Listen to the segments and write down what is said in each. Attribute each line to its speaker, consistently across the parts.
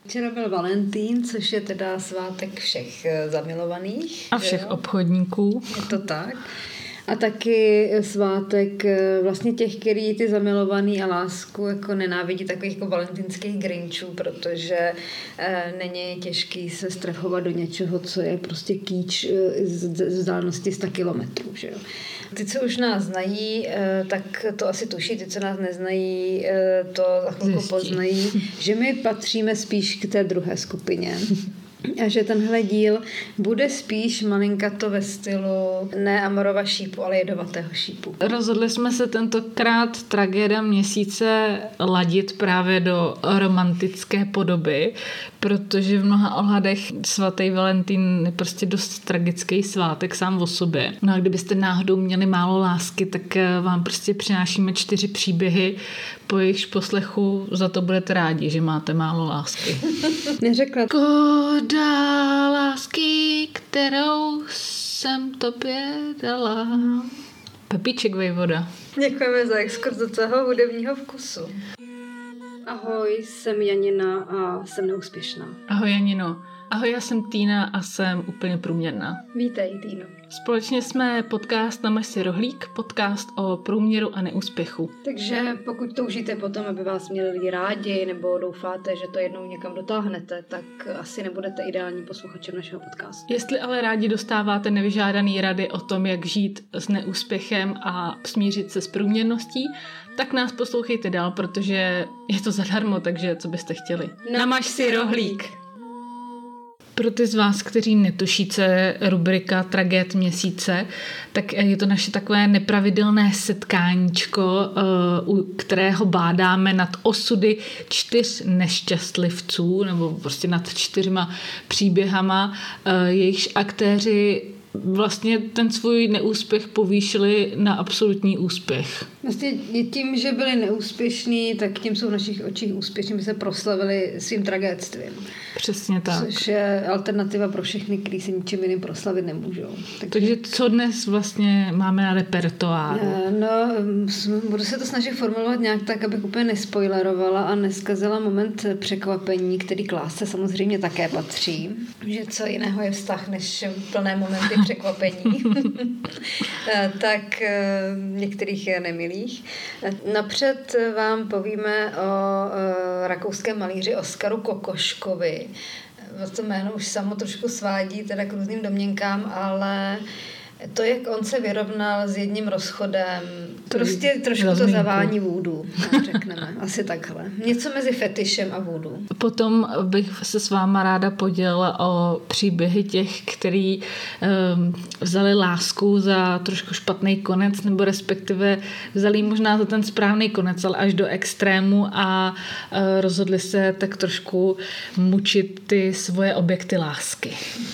Speaker 1: Včera byl Valentín, což je teda svátek všech zamilovaných.
Speaker 2: A všech obchodníků.
Speaker 1: Je to tak. A taky svátek vlastně těch, který ty zamilovaný a lásku jako nenávidí, takových jako valentínských grinčů, protože není těžký se strefovat do něčeho, co je prostě kýč z vzdálenosti 100 kilometrů, že jo. Ty, co už nás znají, tak to asi tuší, ty, co nás neznají, to za chvilku poznají, že my patříme spíš k té druhé skupině. A že tenhle díl bude spíš malinkato ve stylu ne Amorova šípu, ale jedovatého šípu.
Speaker 2: Rozhodli jsme se tentokrát tragédia měsíce ladit právě do romantické podoby, protože v mnoha ohledech svatý Valentín je prostě dost tragický svátek sám o sobě. No a kdybyste náhodou měli málo lásky, tak vám prostě přinášíme 4 příběhy, po jejichž poslechu za to budete rádi, že máte málo lásky.
Speaker 1: Neřekla.
Speaker 2: Koda lásky, kterou jsem tobě dala. Pepíček Vejvoda.
Speaker 1: Děkujeme za exkurs do toho hudebního vkusu. Ahoj, jsem Janina a jsem neúspěšná.
Speaker 2: Ahoj Janino. Ahoj, já jsem Týna a jsem úplně průměrná.
Speaker 1: Vítej, Týno.
Speaker 2: Společně jsme podcast Namaž si rohlík, podcast o průměru a neúspěchu.
Speaker 1: Takže pokud toužíte potom, aby vás měli lidi rádi, nebo doufáte, že to jednou někam dotáhnete, tak asi nebudete ideálním posluchačem našeho podcastu.
Speaker 2: Jestli ale rádi dostáváte nevyžádaný rady o tom, jak žít s neúspěchem a smířit se s průměrností, tak nás poslouchejte dál, protože je to zadarmo, takže co byste chtěli. Namaž si rohlík. Pro ty z vás, kteří netuší, co je rubrika Tragéd měsíce, tak je to naše takové nepravidelné setkáníčko, u kterého bádáme nad osudy 4 nešťastlivců, nebo prostě nad 4 příběhama, jejichž aktéři vlastně ten svůj neúspěch povýšili na absolutní úspěch.
Speaker 1: Vlastně tím, že byli neúspěšní, tak tím jsou v našich očích úspěšní, by se proslavili svým tragédstvím.
Speaker 2: Přesně tak.
Speaker 1: Což je alternativa pro všechny, kteří se ničím jiným proslavit nemůžou.
Speaker 2: Takže co dnes vlastně máme na repertoáru?
Speaker 1: No, budu se to snažit formulovat nějak tak, abych úplně nespoilerovala a neskazila moment překvapení, který k lásce samozřejmě také patří. Že co jiného je vztah, než plné momenty překvapení. Tak některých je nemilých. Napřed vám povíme o rakouském malíři Oskaru Kokoškovi. To jméno už samo trošku svádí teda k různým domněnkám, ale to, jak on se vyrovnal s jedním rozchodem, prostě trošku to zavání vůdu, řekneme. Asi takhle. Něco mezi fetišem a vůdu.
Speaker 2: Potom bych se s váma ráda podělila o příběhy těch, kteří vzali lásku za trošku špatný konec, nebo respektive vzali možná za ten správný konec, ale až do extrému a rozhodli se tak trošku mučit ty svoje objekty lásky.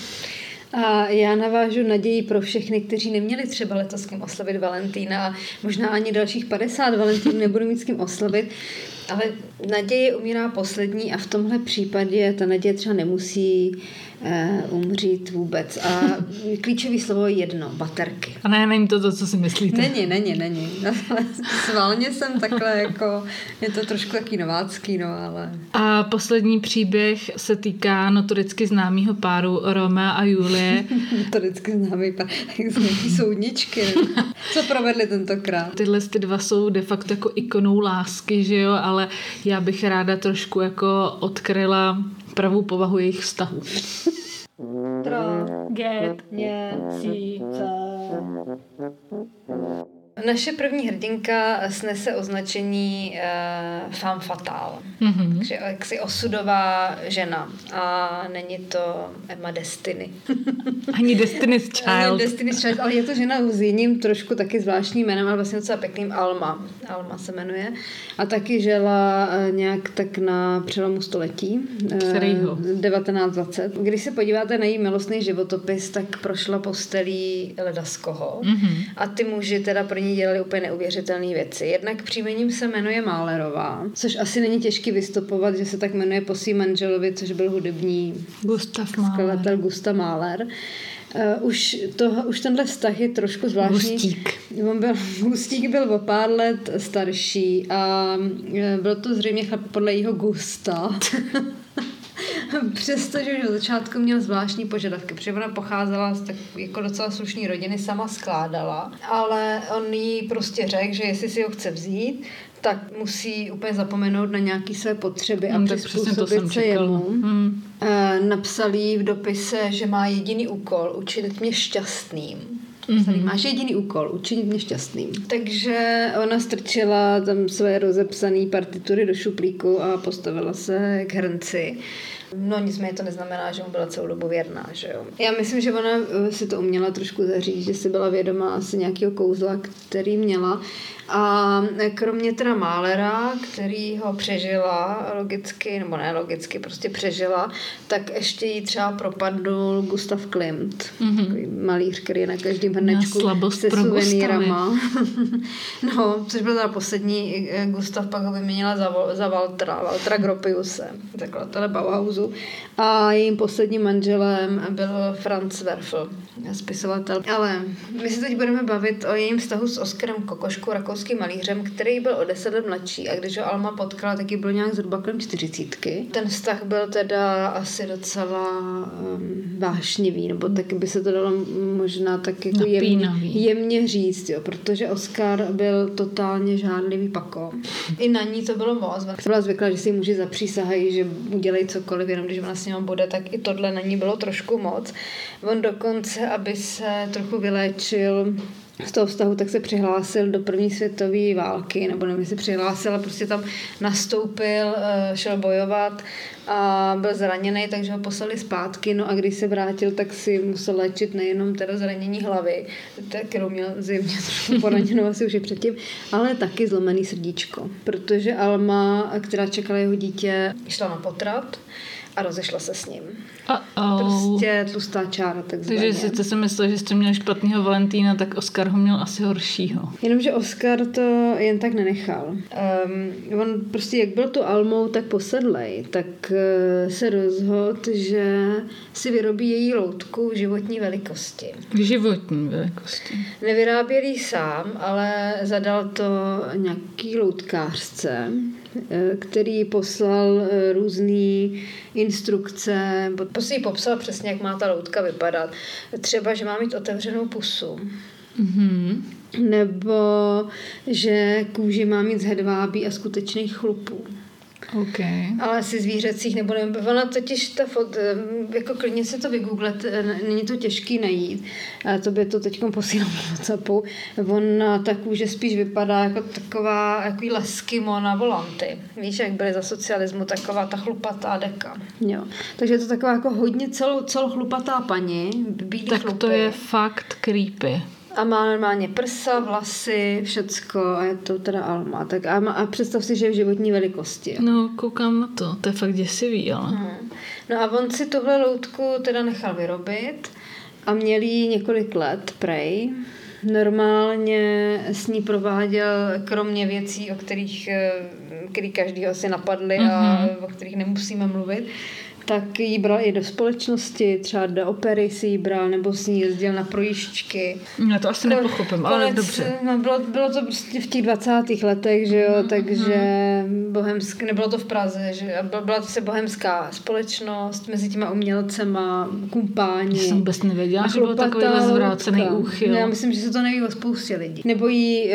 Speaker 1: A já navážu naději pro všechny, kteří neměli třeba letos s kým oslavit Valentína a možná ani dalších 50 Valentínů nebudou mít s kým oslavit, ale naděje umírá poslední a v tomhle případě ta naděje třeba nemusí umřít vůbec. A klíčový slovo je jedno, baterky.
Speaker 2: A ne, není to, co si myslíte.
Speaker 1: Není. Sválně jsem takhle jako, je to trošku taký novácký, no ale...
Speaker 2: A poslední příběh se týká notoricky známého páru Romea a Julie.
Speaker 1: Notoricky známý pár, jak z nějaký soudničky, ne? Co provedli tentokrát?
Speaker 2: Tyhle ty 2 jsou de facto jako ikonou lásky, že jo, ale já bych ráda trošku jako odkryla pravou povahu jejich vztahu.
Speaker 1: Tragédměsíce. Naše první hrdinka snese označení femme fatale. Mm-hmm. Takže jaksi osudová žena. A není to Emma Destiny.
Speaker 2: Ani Destiny's Child.
Speaker 1: Ani Destiny's Child, ale je to žena s jedním trošku taky zvláštním jménem, ale vlastně docela pěkným Alma. Alma se jmenuje. A taky žila nějak tak na přelomu století.
Speaker 2: Kterýho?
Speaker 1: 1920. Když se podíváte na její milostný životopis, tak prošla postelí ledaskoho. Mm-hmm. A ty muži teda pro ní dělali úplně neuvěřitelné věci. Jednak příjmením se jmenuje Mahlerová, což asi není těžký vystupovat, že se tak jmenuje po svým manželovi, což byl hudební skladatel Gustav Mahler. Už tenhle vztah je trošku zvláštní. Gustík byl o pár let starší a byl to zřejmě chlap podle jeho gusta. přestože už od začátku měl zvláštní požadavky, protože ona pocházela z tak jako docela slušné rodiny, sama skládala, ale on jí prostě řekl, že jestli si ho chce vzít, tak musí úplně zapomenout na nějaké své potřeby a přizpůsobit se jemu. Napsal jí v dopise, že má jediný úkol, učinit mě šťastným. Máš jediný úkol, učinit mě šťastným. Takže ona strčila tam své rozepsané partitury do šuplíku a postavila se k hrnci. No nicméně to neznamená, že mu byla celou dobu věrná, že jo. Já myslím, že ona si to uměla trošku zaříct, že si byla vědomá asi nějakého kouzla, který měla. A kromě teda Mahlera, který ho přežila logicky, nebo ne logicky, prostě přežila, tak ještě jí třeba propadl Gustav Klimt. Takový malíř, který je na každém hrnečku se suvenýrama. No, což byl teda poslední. Gustav pak ho vyměnila za Waltera Gropiuse, zakladatele Bauhausu. A jejím posledním manželem byl Franz Werfel, spisovatel. Ale my se teď budeme bavit o jejím vztahu s Oskarem Kokoškou, rakouským malířem, který byl o 10 let mladší a když ho Alma potkala, taky byl nějak zhruba kolem 40. Ten vztah byl teda asi docela vášnivý, nebo taky by se to dalo možná tak jako jemně říct, jo, protože Oskar byl totálně žádlivý pako. I na ní to bylo moc. Byla zvyklá, že si muži zapřísahají, že udělají cokoliv, jenom když ona s ním bude, tak i tohle na ní bylo trošku moc. On dokonce, aby se trochu vyléčil z toho vztahu, tak se přihlásil do první světové války, nebo nevím, jestli přihlásil, ale prostě tam nastoupil, šel bojovat a byl zraněný, takže ho poslali zpátky, no a když se vrátil, tak si musel léčit nejenom teda zranění hlavy, kterou měl zjevně trošku poraněnou asi už i předtím, ale taky zlomený srdíčko, protože Alma, která čekala jeho dítě, šla na potrat a rozešla se s ním. Prostě tlustá čára, takzvaně.
Speaker 2: Takže sice si myslel, že jste měl špatného Valentína, tak Oskar ho měl asi horšího.
Speaker 1: Jenomže Oskar to jen tak nenechal. On prostě, jak byl tu Almou tak posedlej, tak se rozhodl, že si vyrobí její loutku v životní velikosti.
Speaker 2: V životní velikosti.
Speaker 1: Nevyráběl jí sám, ale zadal to nějaký loutkářce, který poslal různý instrukce, prostě jí popsal přesně, jak má ta loutka vypadat. Třeba, že má mít otevřenou pusu. Nebo, že kůži má mít z hedvábí a skutečných chlupů.
Speaker 2: Okay.
Speaker 1: Ale asi zvířecích nebo nevím. Ona totiž jako klidně se to vygooglet, není to těžký najít. To by to teďkom posílám na WhatsAppu. Ona ta kůže spíš vypadá jako taková jako leskimo na volanty. Víš, jak byly za socialismu, taková ta chlupatá deka. Jo. Takže je to taková jako hodně celohlupatá paní, bílý
Speaker 2: tak
Speaker 1: chlupy.
Speaker 2: To je fakt creepy.
Speaker 1: A má normálně prsa, vlasy, všecko a je to teda Alma. Tak a představ si, že je v životní velikosti.
Speaker 2: No, koukám na to. To je fakt děsivý, ale.
Speaker 1: No a on si tuhle loutku teda nechal vyrobit a měl jí několik let, prej. Normálně s ní prováděl, kromě věcí, o kterých každýho asi napadly a o kterých nemusíme mluvit, tak jí bral i do společnosti, třeba do opery si jí bral, nebo s ní jezdil na projížďky.
Speaker 2: Já to asi nepochopím, ale dobře.
Speaker 1: No, bylo to prostě v těch 20. letech, že jo, takže nebylo to v Praze, že byla to se bohemská společnost mezi těma umělcema, kumpáni.
Speaker 2: Já jsem vůbec nevěděla, že byl takovýhle zvrácený úchyl.
Speaker 1: Já myslím, že se to neví o spoustě lidí. Nebo jí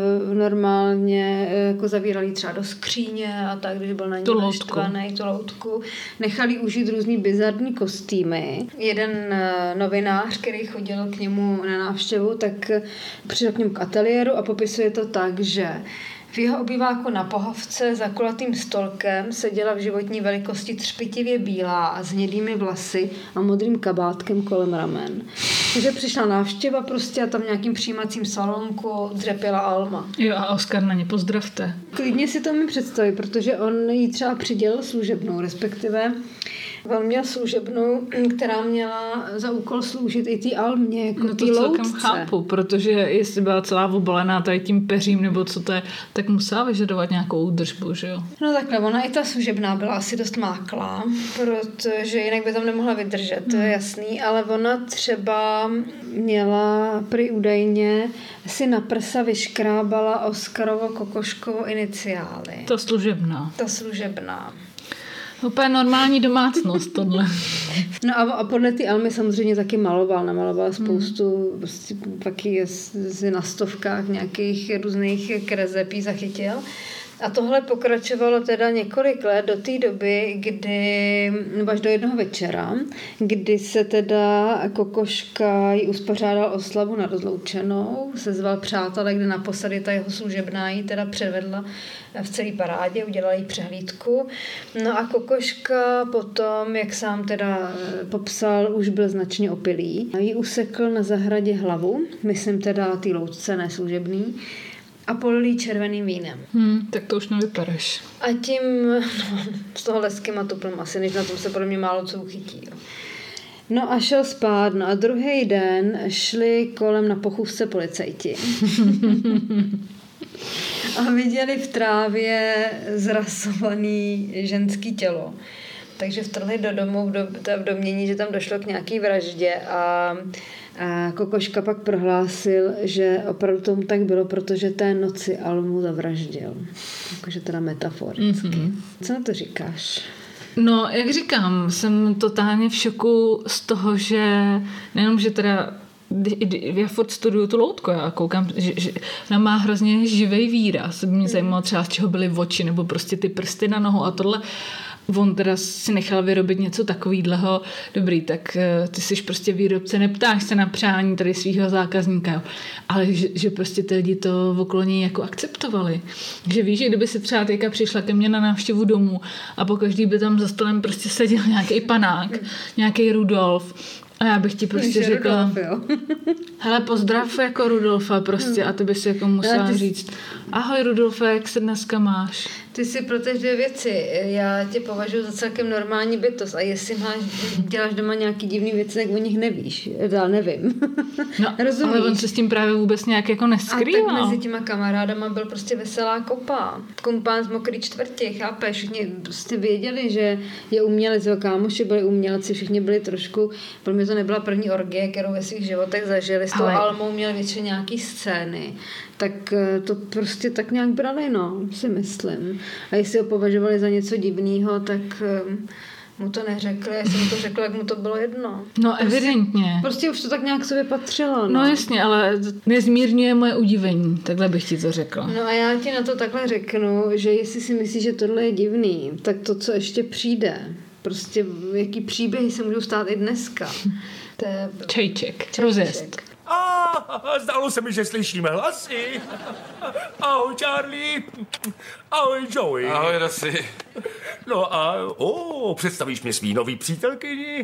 Speaker 1: normálně jako zavírali třeba do skříně a tak, když byl na ní naštvaný, tu loutku. Nechali užít různý bizarní kostýmy. Jeden novinář, který chodil k němu na návštěvu, tak přišel k němu k ateliéru a popisuje to tak, že v jeho obýváku na pohovce za kulatým stolkem seděla v životní velikosti třpitivě bílá a s hnědými vlasy a modrým kabátkem kolem ramen. Takže přišla návštěva prostě a tam nějakým přijímacím salonku dřepěla Alma.
Speaker 2: Jo, a Oskar na ně pozdravte.
Speaker 1: Klidně si to mi představí, protože on jí třeba přidělil služebnou, respektive on měl služebnou, která měla za úkol sloužit i té Almě, jako
Speaker 2: no to celkem chápu, protože jestli byla celá obalená tady tím peřím, nebo co to je, tak musela vyžadovat nějakou údržbu, že jo?
Speaker 1: No takhle, ona i ta služebná byla asi dost máklá, protože jinak by tam nemohla vydržet, to je jasný, ale ona třeba měla prý údajně si na prsa vyškrábala Oskarovo Kokoškovo iniciály.
Speaker 2: Ta služebná.
Speaker 1: Ta služebná.
Speaker 2: Úplně normální domácnost tohle.
Speaker 1: No a podle ty Almy samozřejmě taky namaloval spoustu, prostě taky si na stovkách nějakých různých kresepí zachytil. A tohle pokračovalo teda několik let do té doby, nebo až do jednoho večera, kdy se teda Kokoška jí uspořádal oslavu na rozloučenou, sezval přátelé, kde naposledy ta jeho služebná jí teda předvedla v celé parádě, udělala jí přehlídku. No a Kokoška potom, jak sám teda popsal, už byl značně opilý. Jí usekl na zahradě hlavu, myslím teda té loučce, ne služebný, a polil červeným vínem.
Speaker 2: Tak to už nevypadáš.
Speaker 1: A tím z toho leskem a tuplem asi, než na tom se podle mě málo co uchytí. Jo. No a šel spát. No a druhý den šli kolem na pochůzce policajti. A viděli v trávě zrasovaný ženský tělo. Takže vtrhli do domu v domění, že tam došlo k nějaký vraždě a Kokoška pak prohlásil, že opravdu tomu tak bylo, protože té noci Almu zavraždil. Jakože teda metaforicky. Co na to říkáš?
Speaker 2: No, jak říkám, jsem totálně v šoku z toho, že nejenom, že teda já furt studuju tu loutku, já koukám, že ona má hrozně živej výraz. Mě zajímalo třeba, z čeho byly oči, nebo prostě ty prsty na nohu a tohle. On teda si nechal vyrobit něco takovýhleho. Dobrý, tak ty jsi prostě výrobce, neptáš se na přání tady svýho zákazníka, jo. Ale že prostě ty lidi to okolo něj jako akceptovali. Že víš, že kdyby si třeba teďka přišla ke mně na návštěvu domů a pokaždý by tam za stolem prostě seděl nějaký panák, nějaký Rudolf, a já bych ti prostě řekla,
Speaker 1: Rudolf,
Speaker 2: hele, pozdrav jako Rudolfa prostě a ty bys si jako musela říct, ahoj Rudolfe, jak se dneska máš?
Speaker 1: Ty si pro ty dvě věci, já tě považuji za celkem normální bytost a jestli děláš doma nějaký divný věci, tak o nich nevíš, dál nevím.
Speaker 2: No, ale on se s tím právě vůbec nějak jako neskrýval.
Speaker 1: A tak mezi těma kamarádama byl prostě veselá kopa. Kumpán z Mokrý čtvrti, chápeš? Všichni prostě věděli, že je umělec, jeho kámoši byli umělci, všichni byli trošku, pro mě to nebyla první orgie, kterou ve svých životech zažili, s tou Almou měl většině nějaký scény. Tak to prostě tak nějak brali, no, si myslím. A jestli ho považovali za něco divného, tak mu to neřekli. Já jsem mu to řekla, jak mu to bylo jedno.
Speaker 2: No, evidentně.
Speaker 1: Prostě už to tak nějak sobě patřilo.
Speaker 2: No jasně, ale nezmírňuje moje udivení. Takhle bych ti to řekla.
Speaker 1: No a já ti na to takhle řeknu, že jestli si myslíš, že tohle je divný, tak to, co ještě přijde, prostě jaký příběhy se můžou stát i dneska.
Speaker 2: Čejček. Rozjezd.
Speaker 3: Zdálo se mi, že slyšíme hlasy. Ahoj, Charlie. Ahoj, Joey.
Speaker 4: Ahoj, Rossi.
Speaker 3: No a, představíš mi svý nový přítelkyni?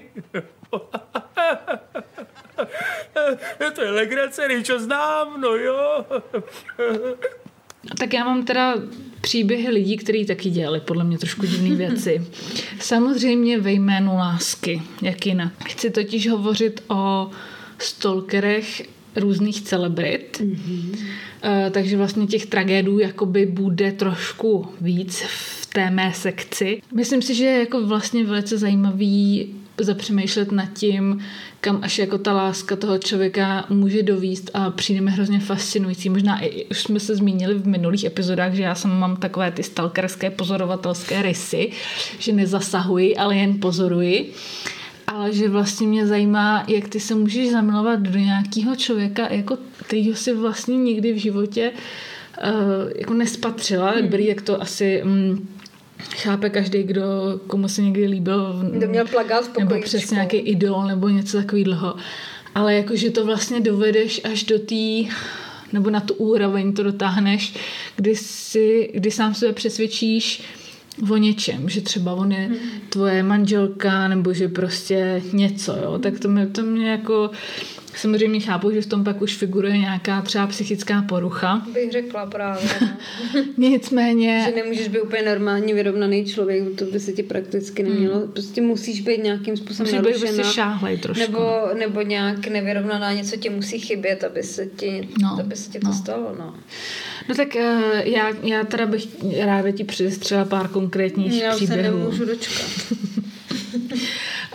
Speaker 3: To je legrace, nejčo znám, no jo.
Speaker 2: Tak já mám teda příběhy lidí, kteří taky dělali podle mě trošku divné věci. Samozřejmě ve jménu lásky, jak jinak. Chci totiž hovořit o stalkerech různých celebrit. Takže vlastně těch tragédů jakoby bude trošku víc v té mé sekci. Myslím si, že je jako vlastně velice zajímavý zapřemýšlet nad tím, kam až jako ta láska toho člověka může dovíst a přijde mi hrozně fascinující. Možná i už jsme se zmínili v minulých epizodách, že já sama mám takové ty stalkerské pozorovatelské rysy, že nezasahuji, ale jen pozoruji. Ale že vlastně mě zajímá, jak ty se můžeš zamilovat do nějakého člověka, jako kterýho si vlastně nikdy v životě jako nespatřila. Dobrý, jak to asi chápe každý, kdo komu se někdy líbil.
Speaker 1: Kdo měl plakát v pokojíčku.
Speaker 2: Nebo přesně nějaký idol, nebo něco takového. Ale jakože to vlastně dovedeš až do té, nebo na tu úroveň to dotáhneš, kdy sám sebe přesvědčíš o něčem, že třeba on je tvoje manželka, nebo že prostě něco, jo, tak to mě jako samozřejmě chápu, že v tom pak už figuruje nějaká třeba psychická porucha.
Speaker 1: Bych řekla právě. No.
Speaker 2: Nicméně...
Speaker 1: Že nemůžeš být úplně normální, vyrovnaný člověk, to by se ti prakticky nemělo. Prostě musíš být nějakým způsobem narušená.
Speaker 2: Musíš být prostě šáhlej trošku.
Speaker 1: Nebo nějak nevyrovnaná, něco ti musí chybět, aby se ti to stalo, no.
Speaker 2: No tak já teda bych ráda ti předestřela pár konkrétních příběhů.
Speaker 1: Já se nemůžu dočkat.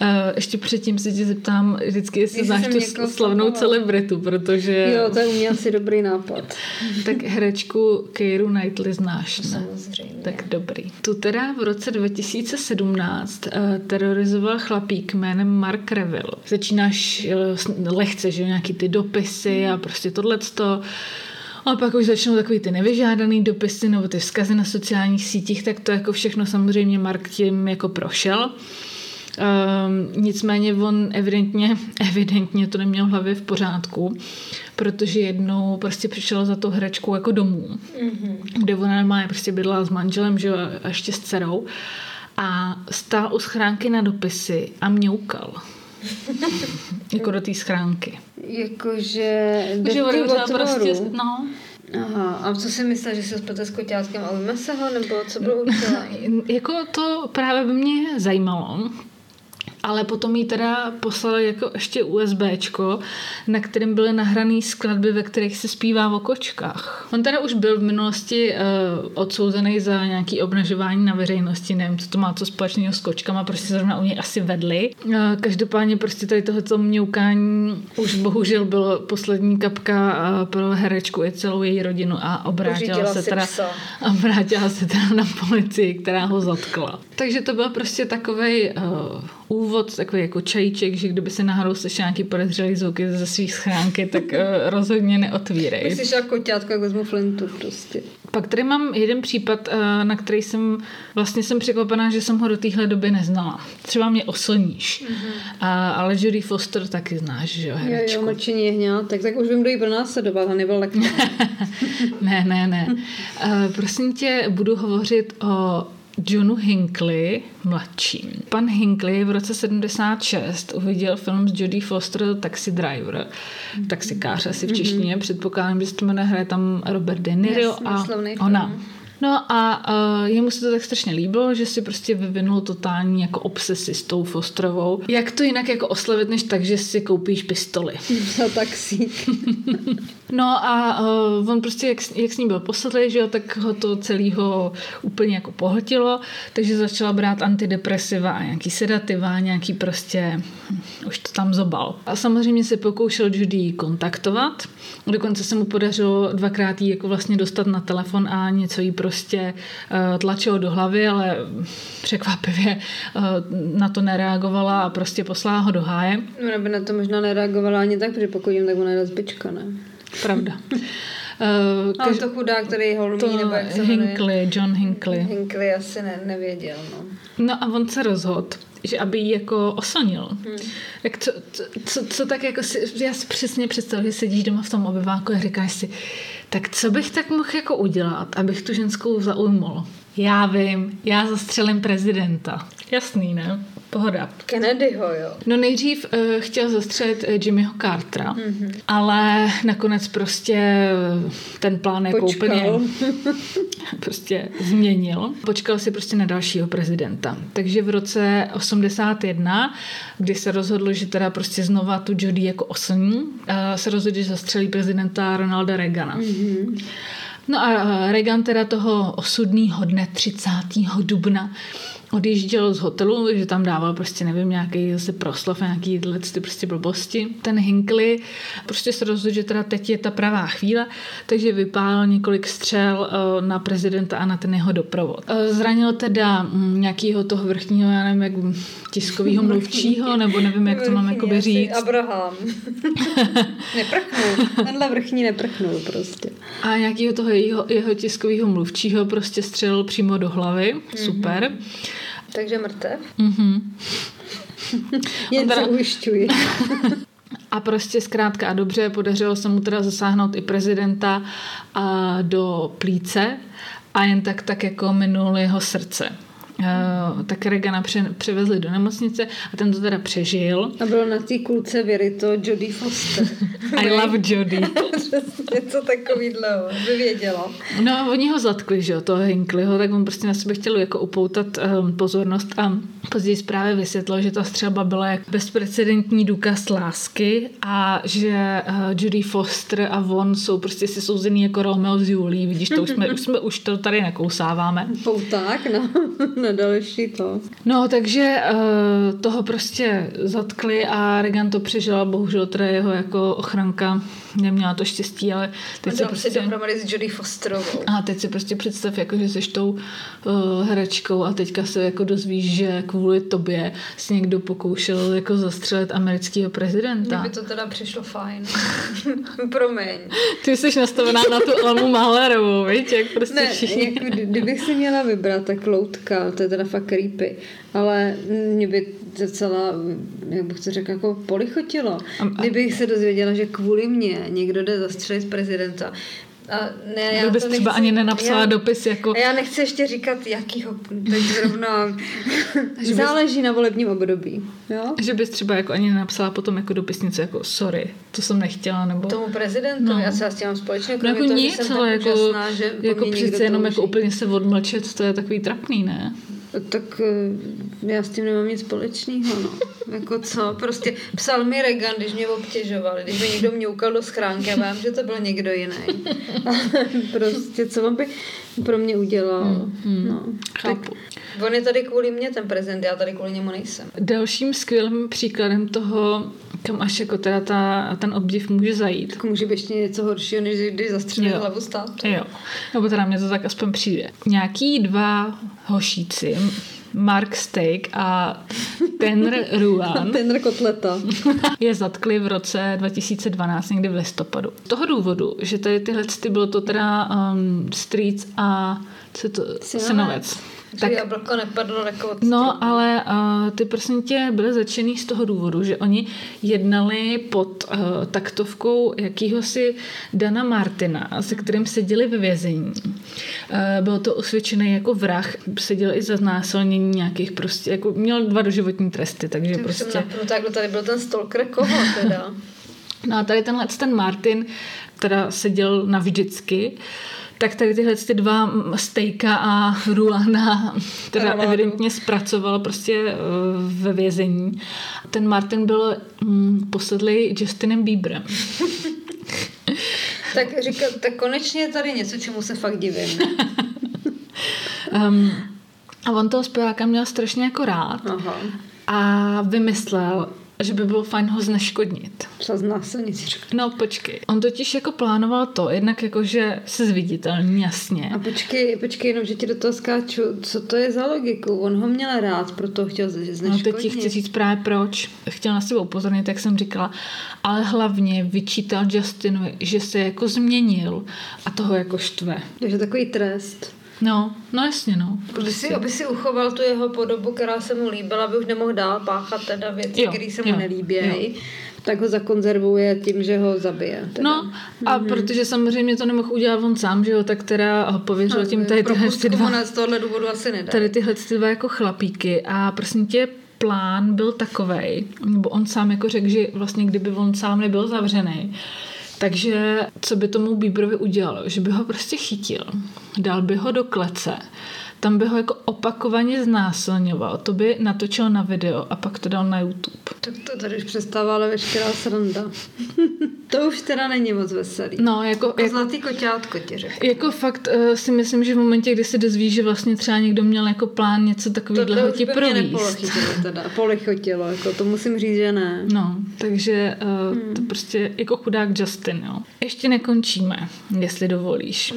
Speaker 2: Ještě předtím se tě zeptám vždycky, jestli znáš tu slavnou celebritu, protože...
Speaker 1: Jo, to je u mě asi dobrý nápad.
Speaker 2: Tak herečku Keiru Knightley znáš, ne?
Speaker 1: Samozřejmě.
Speaker 2: Tak dobrý. Tu teda v roce 2017 terorizoval chlapík jménem Mark Reville. Začínáš lehce, že nějaký ty dopisy a prostě tohleto. A pak už začnou takový ty nevyžádaný dopisy nebo ty vzkazy na sociálních sítích, tak to jako všechno samozřejmě Mark tím jako prošel. Nicméně on evidentně to neměl v hlavě v pořádku, protože jednou prostě přišel za tou herečkou jako domů, kde ona normálně prostě bydlela s manželem, že a ještě s dcerou a stál u schránky na dopisy a mňoukal. Jako do té schránky.
Speaker 1: Jakože
Speaker 2: prostě, no.
Speaker 1: Aha, a co si myslel, že se spletl s koťátkem a ujme se ho, nebo co bylo udělat?
Speaker 2: Jako to právě by mě zajímalo. Ale potom jí teda poslali jako ještě USBčko, na kterém byly nahrané skladby, ve kterých se zpívá o kočkách. On teda už byl v minulosti odsouzený za nějaký obnažování na veřejnosti, nevím, co to má co společného s kočkama, prostě zrovna u něj asi vedli. Každopádně prostě tady tohleto mňoukání už bohužel bylo poslední kapka pro herečku i celou její rodinu a obrátila se teda na policii, která ho zatkla. Takže to byl prostě takovej úvod, takový jako čajíček, že kdyby se náhodou slyšel nějaký podezřelý zvuky ze svých schránky, tak rozhodně neotvírej.
Speaker 1: Myslíš, že koťátko, jak vezmu flintu prostě.
Speaker 2: Pak tady mám jeden případ, na který jsem překvapená, že jsem ho do téhle doby neznala. Třeba mě Oslníš. Ale Jodie Foster taky znáš, že jo, herečku.
Speaker 1: Jo, Mlčení jehňátek, tak už vím, kdo jí pronásledovat, Hannibal Lecter.
Speaker 2: Ne. Prosím tě, budu hovořit o Johnu Hinckley mladším. Pan Hinckley v roce 76 uviděl film s Jodie Foster Taxi Driver. Taxikář asi v češtině. Předpokládám, že se to jmenuje, hraje tam Robert De Niro a ona. No a jemu se to tak strašně líbilo, že si prostě vyvinul totální jako obsesi s tou Fosterovou. Jak to jinak jako oslavit, než tak, že si koupíš pistoli.
Speaker 1: Za taxík.
Speaker 2: No a on prostě, jak s ní byl posadlý, že jo, tak ho to celýho úplně jako pohltilo, takže začala brát antidepresiva a nějaký sedativa, nějaký prostě, už to tam zobal. A samozřejmě se pokoušel Jodie kontaktovat, dokonce se mu podařilo 2krát jí jako vlastně dostat na telefon a něco jí prostě tlačilo do hlavy, ale překvapivě na to nereagovala a prostě poslala ho do háje.
Speaker 1: Ona by na to možná nereagovala ani tak, protože pokud jim, tak ona je lesbička, ne?
Speaker 2: Pravda.
Speaker 1: Ale to chudák, který ho lumí, nebo jak se
Speaker 2: jmenuje? John Hinckley.
Speaker 1: Hinckley asi nevěděl, no.
Speaker 2: No a on se rozhodl, že aby ji jako oslnil. Tak co tak jako já si přesně představuji, že sedíš doma v tom obyváku a říkáš si, tak co bych tak mohl jako udělat, abych tu ženskou zaujmul? Já vím, já zastřelím prezidenta. Jasný, ne? Pohoda.
Speaker 1: Kennedyho, jo.
Speaker 2: No nejdřív chtěl zastřelit Jimmyho Cartera, ale nakonec prostě ten plán jako úplně prostě změnil. Počkal si prostě na dalšího prezidenta. Takže v roce 81, kdy se rozhodlo, že teda prostě znova tu Jodie jako oslní, se rozhodl, že zastřelí prezidenta Ronalda Reagana. No a Reagan teda toho osudného dne 30. dubna odjížděl z hotelu, že tam dával prostě, nevím, nějaký zase proslov, nějaký ty prostě blbosti. Ten Hinckley prostě se rozhodl, že teda teď je ta pravá chvíle, takže vypálil několik střel na prezidenta a na ten jeho doprovod. Zranil teda nějakého toho vrchního, já nevím, jak tiskového mluvčího, nebo nevím, jak to mám jakoby říct.
Speaker 1: Abraham. Neprchnul. Tenhle vrchní neprchnul prostě.
Speaker 2: A nějakého toho jeho tiskového mluvčího prostě střelil přímo do hlavy. Super.
Speaker 1: Takže mrtev? Jen se ujišťuji.
Speaker 2: A prostě zkrátka a dobře podařilo se mu teda zasáhnout i prezidenta do plíce a jen tak jako minul jeho srdce. Tak Reagana převezli do nemocnice a ten to teda přežil.
Speaker 1: A bylo na té kulce vyryto Jodie Foster.
Speaker 2: I love Jodie.
Speaker 1: Něco takovýhleho, by věděla.
Speaker 2: No, oni ho zatkli, že jo, toho Hinckleyho, tak on prostě na sebe chtěl jako upoutat pozornost a později zprávě vysvětlil, že ta střelba byla jak bezprecedentní důkaz lásky a že Jodie Foster a on jsou prostě si souzený jako Romeo s Julií, vidíš, to už to tady nekousáváme.
Speaker 1: Pouták, no. na další to.
Speaker 2: No, takže toho prostě zatkli a Reagan to přežila, bohužel teda jeho jako ochranka neměla to štěstí, ale teď si prostě...
Speaker 1: dohromady s Jodie Fosterovou.
Speaker 2: A teď si prostě představ, jako, že jsi tou herečkou a teďka se jako dozvíš, že kvůli tobě si někdo pokoušel jako zastřelit amerického prezidenta.
Speaker 1: Mně by to teda přišlo fajn. Promiň.
Speaker 2: Ty jsi nastavená na tu Almu Mahlerovou, víš, jak prostě
Speaker 1: ne,
Speaker 2: všichni.
Speaker 1: Jako, kdybych si měla vybrat, tak loutka, to je teda fakt creepy, ale mě by docela, jak bych to řekla, jako polichotilo. Kdybych se dozvěděla, že kvůli mně někdo jde zastřelit prezidenta. A ne, já
Speaker 2: bys
Speaker 1: to
Speaker 2: třeba ani nenapsala dopis jako...
Speaker 1: Já nechci ještě říkat, jakýho teď zrovna záleží na volebním období. Jo?
Speaker 2: Že bys třeba jako ani nenapsala potom jako dopisnice jako sorry, to jsem nechtěla, nebo...
Speaker 1: Tomu prezidentu,
Speaker 2: no.
Speaker 1: Já se s tím mám společně,
Speaker 2: no jako nic,
Speaker 1: jsem
Speaker 2: ale
Speaker 1: tak úžasná, že
Speaker 2: jako přece jenom jako úplně se odmlčet, to je takový trapný, ne?
Speaker 1: Tak já s tím nemám nic společného, no. Jako co? Prostě psal mi Reagan, když mě obtěžovali, když mi někdo mňoukal do schránky, já vím, že to byl někdo jiný. Prostě, co on by pro mě udělal? No.
Speaker 2: Chápu.
Speaker 1: Tak on je tady kvůli mě, ten prezident, já tady kvůli němu nejsem.
Speaker 2: Dalším skvělým příkladem toho, kam až jako teda ten obdiv může zajít.
Speaker 1: Tak může být ještě něco horšího, než když zastřelil hlavu státu.
Speaker 2: Jo, nebo teda mně to tak aspoň přijde. Nějaký dva hošíci, Mark Stake a Tanner Ruan
Speaker 1: Tanner Kotleta
Speaker 2: je zatkli v roce 2012, někdy v listopadu. Z toho důvodu, že tady tyhle bylo to teda strýc a co to? Synovec.
Speaker 1: Tak jablko nepadlo jako od
Speaker 2: no, ale ty prosím tě byly začený z toho důvodu, že oni jednali pod taktovkou jakýhosi Dana Martina, se kterým seděli ve vězení. Byl to usvědčený jako vrah, seděl i za znásilnění nějakých prostě, jako měl 2 doživotní tresty, takže
Speaker 1: tak
Speaker 2: prostě...
Speaker 1: Tak tady byl ten stalker koho teda?
Speaker 2: No a tady ten Martin teda seděl navždycky, tak tady tyhle ty dva Stejka a Ruana teda evidentně zpracoval prostě ve vězení. Ten Martin byl posedlý Justinem Bieberem.
Speaker 1: tak konečně je tady něco, čemu se fakt divím.
Speaker 2: A on toho zpěváka měl strašně jako rád.
Speaker 1: Aha.
Speaker 2: A vymyslel, že by bylo fajn ho zneškodnit.
Speaker 1: Psa znásilnit.
Speaker 2: No počkej. On totiž jako plánoval to, jednak jako, že se zviditelní, jasně.
Speaker 1: A počkej, jenom, že ti do toho skáču. Co to je za logiku? On ho měl rád, proto chtěl zneškodnit.
Speaker 2: No teď ti chci říct právě proč. Chtěl na sebe upozornit, jak jsem říkala, ale hlavně vyčítal Justinovi, že se jako změnil a toho jako štve.
Speaker 1: Takže takový trest.
Speaker 2: No jasně, no.
Speaker 1: Aby si uchoval tu jeho podobu, která se mu líbila, aby už nemohl dál páchat teda věci, které se mu nelíbějí, tak ho zakonzervuje tím, že ho zabije. Teda.
Speaker 2: No a protože samozřejmě to nemohl udělat on sám, že jo, tak teda ho pověřil tím tady tyhle dva.
Speaker 1: Z tohohle důvodu asi nedá.
Speaker 2: Tady tyhle dva jako chlapíky a prosím tě, plán byl takovej, nebo on sám jako řekl, že vlastně kdyby on sám nebyl zavřený, takže co by tomu Bieberovi udělalo? Že by ho prostě chytil, dal by ho do klece, tam by ho jako opakovaně znásilňoval, to by natočil na video a pak to dal na YouTube.
Speaker 1: Tak to tady už přestávala veškerá sranda. To už teda není moc veselý.
Speaker 2: No, jako
Speaker 1: zlatý koťátko ti řekl.
Speaker 2: Jako fakt si myslím, že v momentě, kdy se dozví, že vlastně třeba někdo měl jako plán něco takového ti províst.
Speaker 1: Polichotilo, jako to musím říct, že ne.
Speaker 2: No, takže to prostě jako chudák Justin, jo. Ještě nekončíme, jestli dovolíš.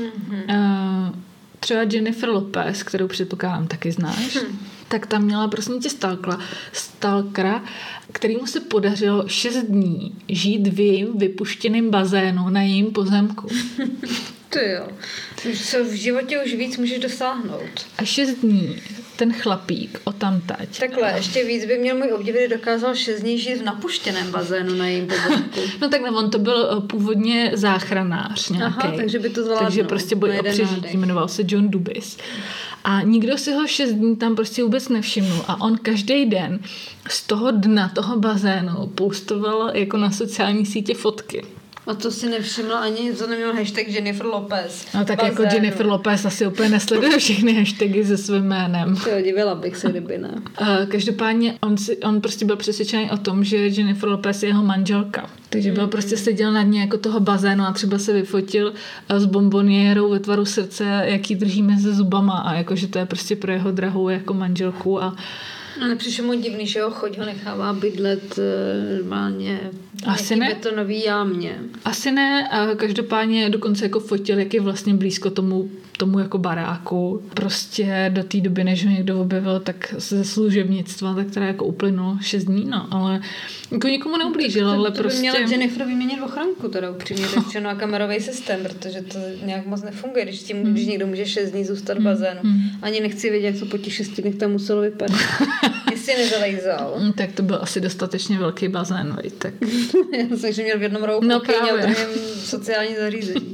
Speaker 2: Třeba Jennifer Lopez, kterou předpokládám taky znáš, tak tam měla prosím tě stalkera, kterýmu se podařilo 6 dní žít v jejím vypuštěném bazénu na jejím pozemku.
Speaker 1: Ty jo. Co v životě už víc můžeš dosáhnout.
Speaker 2: A 6 dní ten chlapík odtamtať.
Speaker 1: Takhle, ještě víc by měl můj obdiv, kdy dokázal 6 dní žít v napuštěném bazénu na jejím pozemku.
Speaker 2: No tak on to byl původně záchranář nějaký.
Speaker 1: Aha, takže by to zvládnul.
Speaker 2: Takže prostě boj o přežití, jmenoval se John Dubis. A nikdo si ho 6 dní tam prostě vůbec nevšimnul. A on každý den z toho dna toho bazénu postoval jako na sociální sítě fotky.
Speaker 1: A to si nevšimla ani, to neměl hashtag Jennifer Lopez.
Speaker 2: No tak jako Jennifer Lopez asi úplně nesleduje všechny hashtagy se svým jménem.
Speaker 1: To divila bych se, kdyby ne.
Speaker 2: Každopádně on prostě byl přesvědčený o tom, že Jennifer Lopez je jeho manželka. Takže byl prostě seděl na dně jako toho bazénu a třeba se vyfotil s bomboniérou ve tvaru srdce, jaký drží mezi zubama a jakože to je prostě pro jeho drahou jako manželku a
Speaker 1: nepřišlo mu divný, že choď ho nechává bydlet normálně
Speaker 2: asi ne.
Speaker 1: Betonový jámě.
Speaker 2: Asi ne, a každopádně dokonce jako fotil, jak je vlastně blízko tomu jako baráku. Prostě do té doby, než ho někdo objevil, tak ze služebnictva, tak teda jako uplynulo 6 dní, no, ale jako nikomu neublížil, ale
Speaker 1: to
Speaker 2: prostě...
Speaker 1: by měla Jennifer vyměnit ochranku, teda upřímně řečeno, a kamerový systém, protože to nějak moc nefunguje, když někdo může 6 dní zůstat v bazénu. Ani nechci vědět, jak to po těch 6 dnech tam muselo vypadat. Jestli nezalejzal.
Speaker 2: Tak to byl asi dostatečně velký bazén, veď, tak...
Speaker 1: Takže měl v jednom rohu
Speaker 2: no,
Speaker 1: kuchyň a v druhém sociální zařízení.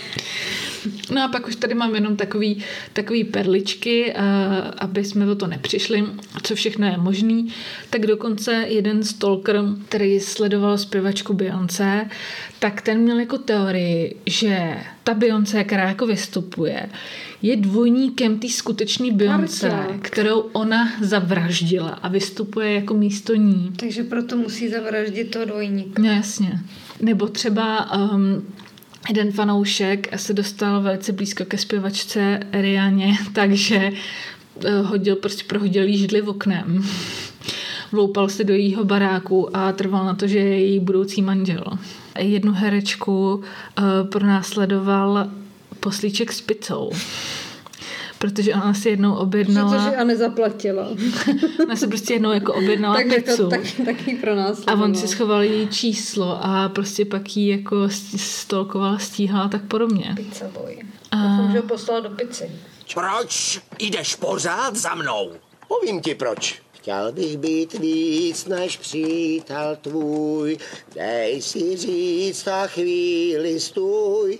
Speaker 2: No a pak už tady mám jenom takový perličky, aby jsme o to nepřišli, co všechno je možný. Tak dokonce jeden stalker, který sledoval zpěvačku Beyoncé, tak ten měl jako teorii, že ta Beyoncé, která jako vystupuje, je dvojníkem té skutečné Beyoncé, kterou ona zavraždila a vystupuje jako místo ní.
Speaker 1: Takže proto musí zavraždit toho dvojníka.
Speaker 2: No jasně. Nebo třeba... jeden fanoušek se dostal velice blízko ke zpěvačce Rihanně, takže prohodil jí židli v oknem. Vloupal se do jejího baráku a trval na to, že je její budoucí manžel. Jednu herečku pronásledoval poslíček s pizzou. Protože ona si jednou objednala...
Speaker 1: Protože a nezaplatila.
Speaker 2: Ona si prostě jednou jako objednala pizzu.
Speaker 1: Taky pro nás.
Speaker 2: A on si schoval její číslo a prostě pak jí jako stalkovala, stíhala tak podobně.
Speaker 1: Pizza boy. Doufám, že ho poslala do pizzy.
Speaker 3: Proč jdeš pořád za mnou?
Speaker 4: Povím ti proč. Chtěl bych být víc než přítel tvůj, dej si říct a chvíli stůj.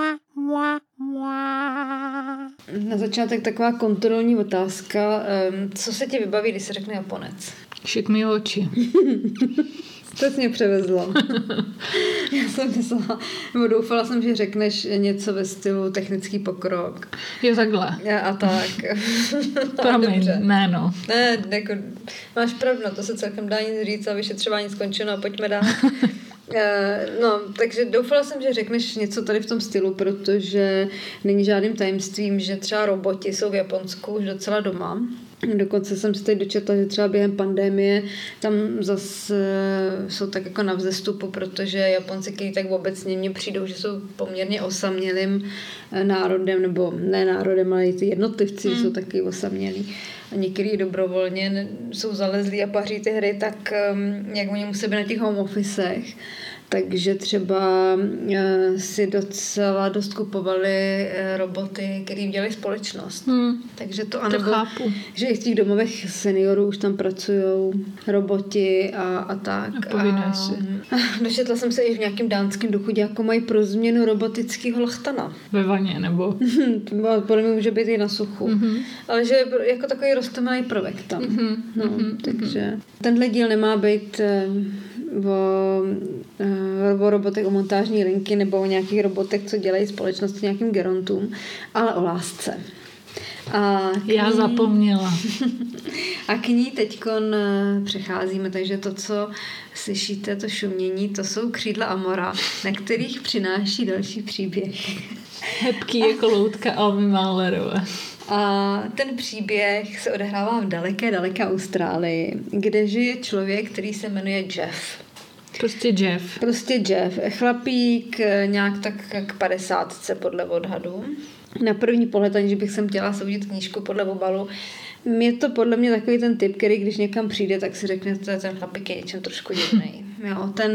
Speaker 1: Na začátek taková kontrolní otázka. Co se ti vybaví, když se řekne Japonec?
Speaker 2: Šik mi oči.
Speaker 1: To jsi mě převezla. Já jsem myslela, nebo doufala jsem, že řekneš něco ve stylu technický pokrok.
Speaker 2: Jo, takhle.
Speaker 1: A tak.
Speaker 2: Promiň, ne no.
Speaker 1: Ne, jako, máš pravdu, to se celkem dá nic říct a vyšetřování skončeno a pojďme dál. No, takže doufala jsem, že řekneš něco tady v tom stylu, protože není žádným tajemstvím, že třeba roboti jsou v Japonsku už docela doma. Dokonce jsem se teď dočetla, že třeba během pandemie tam zase jsou tak jako na vzestupu, protože Japonci, kteří tak obecně mně přijdou, že jsou poměrně osamělým národem, nebo ne národem, ale i ty jednotlivci jsou taky osamělí. A některý dobrovolně jsou zalezlí a paří ty hry, tak jak oni musí být na těch home officech. Takže třeba si docela dost kupovali roboty, který dělají společnost. Takže to anebo,
Speaker 2: chápu.
Speaker 1: Že i v těch domovech seniorů už tam pracují roboti a tak.
Speaker 2: A si.
Speaker 1: Dočetla jsem se i v nějakém dánském duchu, jako mají pro změnu robotického lachtana.
Speaker 2: Ve vaně, nebo?
Speaker 1: Podle mě může být i na suchu. Ale že jako takový roztomilý prvek tam. Takže tenhle díl nemá být o robotech, o montážní linky nebo o nějakých robotech, co dělají společnosti nějakým gerontům, ale o lásce.
Speaker 2: Já zapomněla.
Speaker 1: A k ní teďkon přecházíme, takže to, co slyšíte, to šumění, to jsou křídla Amora, na kterých přináší další příběh.
Speaker 2: Hebký jako loutka Almy Mahlerové.
Speaker 1: A ten příběh se odehrává v daleké Austrálii, kde žije člověk, který se jmenuje Jeff. Prostě Jeff. Chlapík nějak tak k 50 podle odhadu. Na první pohled, aniž bych sem chtěla soudit knížku podle obalu, je to podle mě takový ten typ, který když někam přijde, tak si řekne, že ten chlapík je něčem trošku divnej. Jo, ten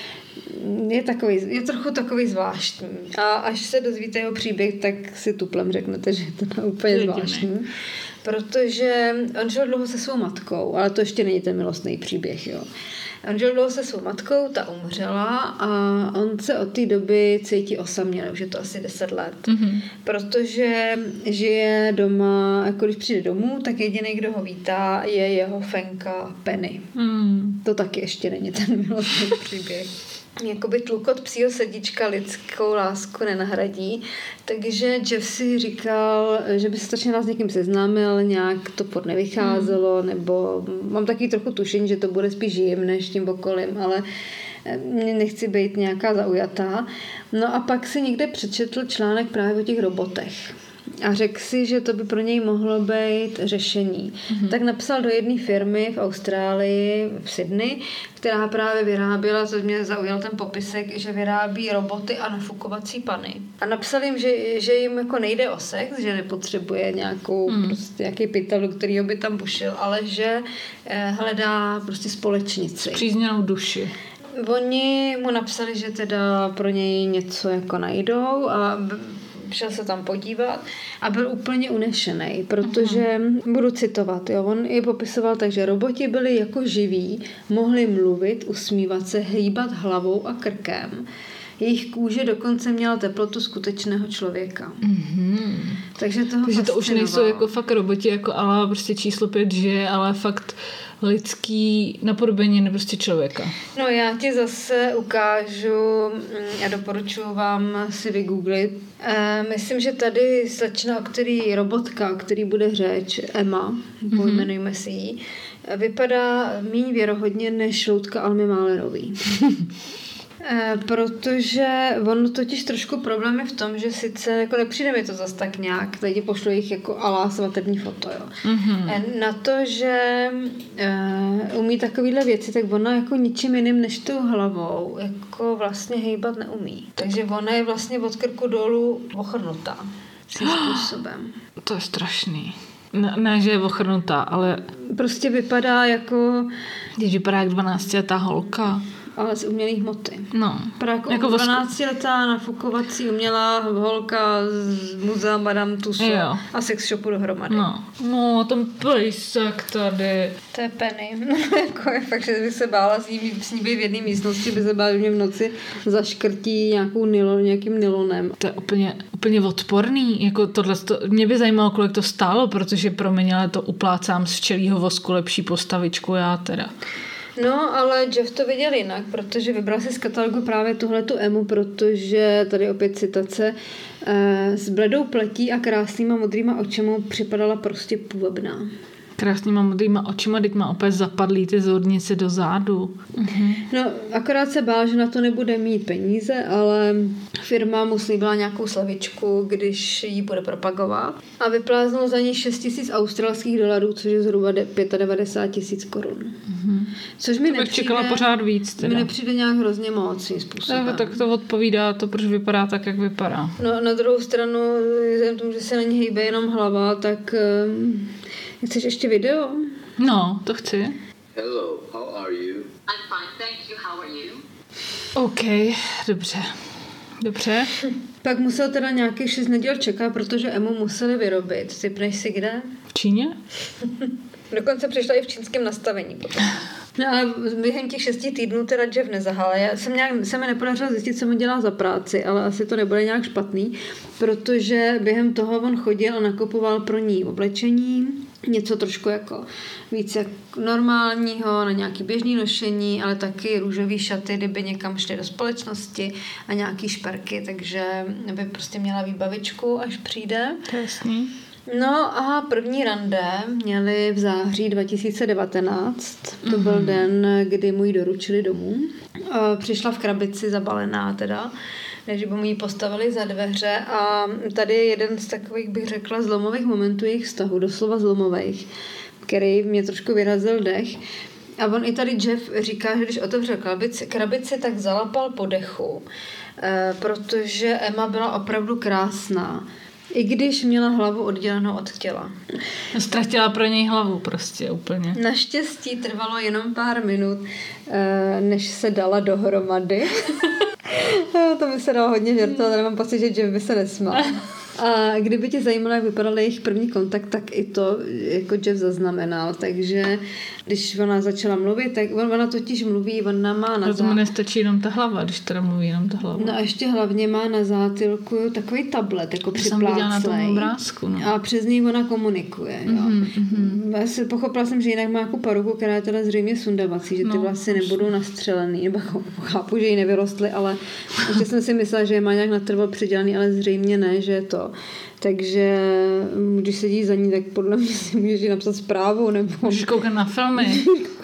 Speaker 1: je trochu takový zvláštní. A až se dozvíte jeho příběh, tak si tuplem řeknete, že je to úplně zvláštní. Protože on žil dlouho se svou matkou, ale to ještě není ten milostný příběh, jo. On žil dlouho se svou matkou, ta umřela a on se od té doby cítí osamělý, už je to asi 10 let. Protože žije doma, jako když přijde domů, tak jediný, kdo ho vítá, je jeho fenka Penny. To taky ještě není ten milostný příběh. jakoby tlukot psího srdíčka lidskou lásku nenahradí. Takže Jeff si říkal, že by se strašně nás s někým seznámil, ale nějak to nevycházelo, nebo mám taky trochu tušení, že to bude spíš jim než tím okolím, ale nechci být nějaká zaujatá. No a pak si někde přečetl článek právě o těch robotech. A řekl si, že to by pro něj mohlo být řešení. Tak napsal do jedné firmy v Austrálii, v Sydney, která právě vyráběla, co mě zaujal ten popisek, že vyrábí roboty a nafukovací pany. A napsal jim, že jim jako nejde o sex, že nepotřebuje prostě nějaký pytel, do kterého by tam bušil, ale že hledá prostě společnici.
Speaker 2: Přízněnou duši.
Speaker 1: Oni mu napsali, že teda pro něj něco jako najdou a šel se tam podívat a byl úplně unešený, protože, budu citovat, jo, on je popisoval tak, že roboti byli jako živí, mohli mluvit, usmívat se, hýbat hlavou a krkem. Jejich kůže dokonce měla teplotu skutečného člověka. Takže
Speaker 2: to už nejsou jako fakt roboti, jako ale prostě číslo 5 žije, ale fakt lidský napodobení prostě člověka.
Speaker 1: No já ti zase ukážu a doporučuji vám si vygooglit. Myslím, že tady slečna, robotka, o který bude řeč, Emma, pojmenujme si ji, vypadá méně věrohodně než Loutka Almy Málerový. Protože on totiž trošku problém je v tom, že sice jako nepřijde mi to zas tak nějak, tady pošlu jich jako alá svatební foto, jo. Na to, že umí takovýhle věci, tak ona jako ničím jiným než tou hlavou jako vlastně hejbat neumí. Takže ona je vlastně od krku dolů ochrnutá svým způsobem.
Speaker 2: To je strašný. Ne, že je ochrnutá, ale
Speaker 1: prostě vypadá jako...
Speaker 2: Vypadá jak 12letá holka.
Speaker 1: Ale z umělých hmoty.
Speaker 2: No.
Speaker 1: Jako 12letá nafukovací umělá holka z muzea Madame Tussauds a sex shopu dohromady.
Speaker 2: No, ten pejsek tady.
Speaker 1: To je Penny. Jako je fakt, že by se bála s ní být v jedné místnosti, by se bála, že mě v noci zaškrtí nějakým nylonem.
Speaker 2: To je úplně odporný. Jako tohle, mě by zajímalo, kolik to stálo, protože pro mě ale to uplácám z včelího vosku lepší postavičku já teda.
Speaker 1: No, ale Jeff to viděl jinak, protože vybral si z katalogu právě tuhletu Emu, protože tady opět citace s bledou pletí a krásnýma modrýma očima připadala prostě půvabná.
Speaker 2: Krásnýma modrýma očima, teď má opět zapadlý ty zornice do zádu.
Speaker 1: No, akorát se bál, že na to nebude mít peníze, ale firma mu slíbila nějakou slavičku, když ji bude propagovat. A vypláznul za ní 6 000 australských dolarů, což je zhruba 95 000 korun. Což mi nepřijde...
Speaker 2: čekala pořád víc teda.
Speaker 1: Mi nepřijde nějak hrozně moc svým způsobem.
Speaker 2: Tak to odpovídá to, proč vypadá tak, jak vypadá.
Speaker 1: No, na druhou stranu, vzhledem tomu, že se na ní hejbe jenom hlava, tak... Chceš ještě video?
Speaker 2: No, to chci.
Speaker 5: Hello, how are you?
Speaker 6: I'm fine, thank you. How are you?
Speaker 2: OK, dobře.
Speaker 1: Pak musel teda nějakých 6 neděl čekat, protože Emu museli vyrobit. Typneš si kde?
Speaker 2: V Číně?
Speaker 1: Dokonce přišla i v čínském nastavení potom. No ale během těch 6 týdnů teda Jeff nezahal. Se mi nepodařilo zjistit, co mu dělá za práci, ale asi to nebude nějak špatný, protože během toho on chodil a nakupoval pro ní oblečení, něco trošku jako víc jak normálního, na nějaký běžný nošení, ale taky růžový šaty, kdyby někam šli do společnosti a nějaký šperky, takže by prostě měla výbavičku, až přijde.
Speaker 2: To je jasný.
Speaker 1: No a první rande měli v září 2019. To byl den, kdy mu ji doručili domů. Přišla v krabici zabalená teda, než by mu ji postavili za dveře a tady je jeden z takových, bych řekla, zlomových momentů jejich vztahu, doslova zlomových, který mě trošku vyrazil dech. A on i tady Jeff říká, že když otevřel krabici, tak zalapal po dechu, protože Emma byla opravdu krásná. I když měla hlavu oddělenou od těla.
Speaker 2: Ztratila pro něj hlavu prostě úplně.
Speaker 1: Naštěstí trvalo jenom pár minut, než se dala dohromady. To by se dalo hodně žertovat, ale mám pocit, že Jeff by se nesmál. A kdyby tě zajímalo, jak vypadal jejich první kontakt, tak i to jako Jeff zaznamenal. Takže když ona začala mluvit, tak ona totiž mluví, ona má na
Speaker 2: tomu nestačí jenom ta hlava, když teda mluví jenom ta hlava.
Speaker 1: No a ještě hlavně má na zátilku takový tablet, jako připláclej.
Speaker 2: Na tom obrázku, no.
Speaker 1: A přes něj ona komunikuje. Jo. Já pochopila jsem, že jinak má jako paruku, která je teda zřejmě sundavací, že ty vlasy nebudou nastřelený, nebo chápu, že jí nevyrostly, ale ještě jsem si myslela, že je má nějak natrval předělaný, ale zřejmě ne, že je to. Takže když sedí za ní, tak podle mě si můžeš napsat zprávu, nebo...
Speaker 2: Můžeš koukat na filmy.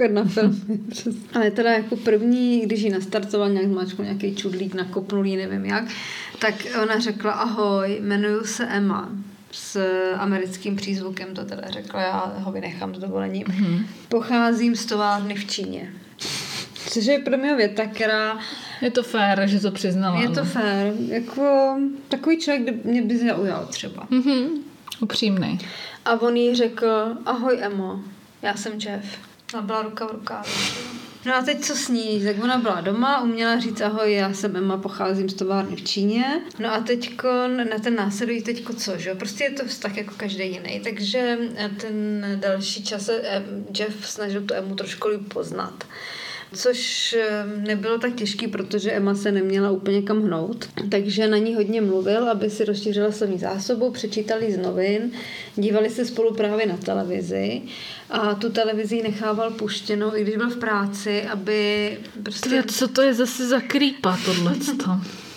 Speaker 1: Ale teda jako první, když jí nastartoval nějak zmáčkl nějaký čudlík, nakopnul jí, nevím jak, tak ona řekla: ahoj, jmenuju se Emma. S americkým přízvukem to teda řekla, já ho vynechám s dovolením. Pocházím z továrny v Číně. Což je pro mě věta, která...
Speaker 2: Je to fér, že to přiznala.
Speaker 1: Je to fér. Jako takový člověk, mě by zaujal třeba.
Speaker 2: Upřímnej.
Speaker 1: A on jí řekl: ahoj Emo, já jsem Jeff. A byla ruka v rukávě. No a teď co s ní? Tak ona byla doma, uměla říct: ahoj, já jsem Emma, pocházím z továrny v Číně. No a teďko, na ten následují teďko co, že? Prostě je to vztah jako každý jiný. Takže ten další čas Jeff snažil tu Emmu trošku líp poznat. Což nebylo tak těžký, protože Emma se neměla úplně kam hnout. Takže na ní hodně mluvil, aby si rozšířila slovní zásobu, přečítali z novin, dívali se spolu právě na televizi a tu televizi nechával puštěnou, i když byl v práci, aby prostě...
Speaker 2: Co to je zase za creepa tohleto?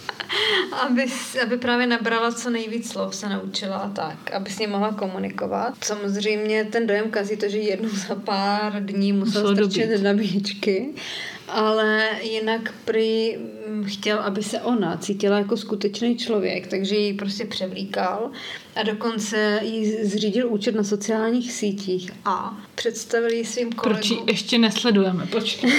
Speaker 1: aby právě nabrala co nejvíc slov, se naučila a tak, aby s ním mohla komunikovat. Samozřejmě ten dojem kazí to, že jednou za pár dní musel strčit nabíječky, ale jinak prý chtěl, aby se ona cítila jako skutečný člověk, takže ji prostě převlíkal a dokonce jí zřídil účet na sociálních sítích a představil ji svým kolegům.
Speaker 2: Proč ji ještě nesledujeme? Počkej.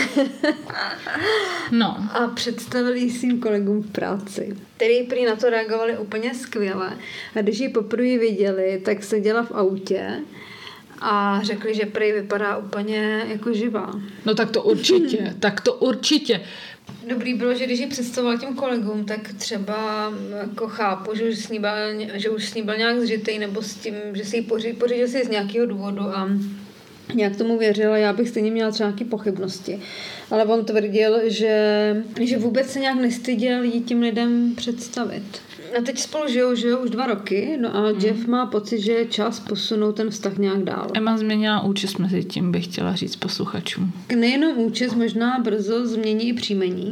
Speaker 2: No.
Speaker 1: A představil ji svým kolegům v práci, který prý na to reagovali úplně skvěle. A když ji poprvé viděli, tak seděla v autě a řekli, že prý vypadá úplně jako živá.
Speaker 2: No tak to určitě.
Speaker 1: Dobrý bylo, že když ji představoval těm kolegům, tak třeba jako chápu, že už s ní byl nějak zžitej, nebo s tím, že si ji pořídil si z nějakého důvodu a nějak tomu věřila, já bych stejně měla třeba nějaké pochybnosti. Ale on tvrdil, že vůbec se nějak nestyděl jí tím lidem představit. A teď spolu žijou už 2 roky, no a Jeff má pocit, že je čas posunout ten vztah nějak dál.
Speaker 2: Emma změnila účes mezi tím, bych chtěla říct posluchačům.
Speaker 1: Nejenom účes, možná brzo změní i příjmení,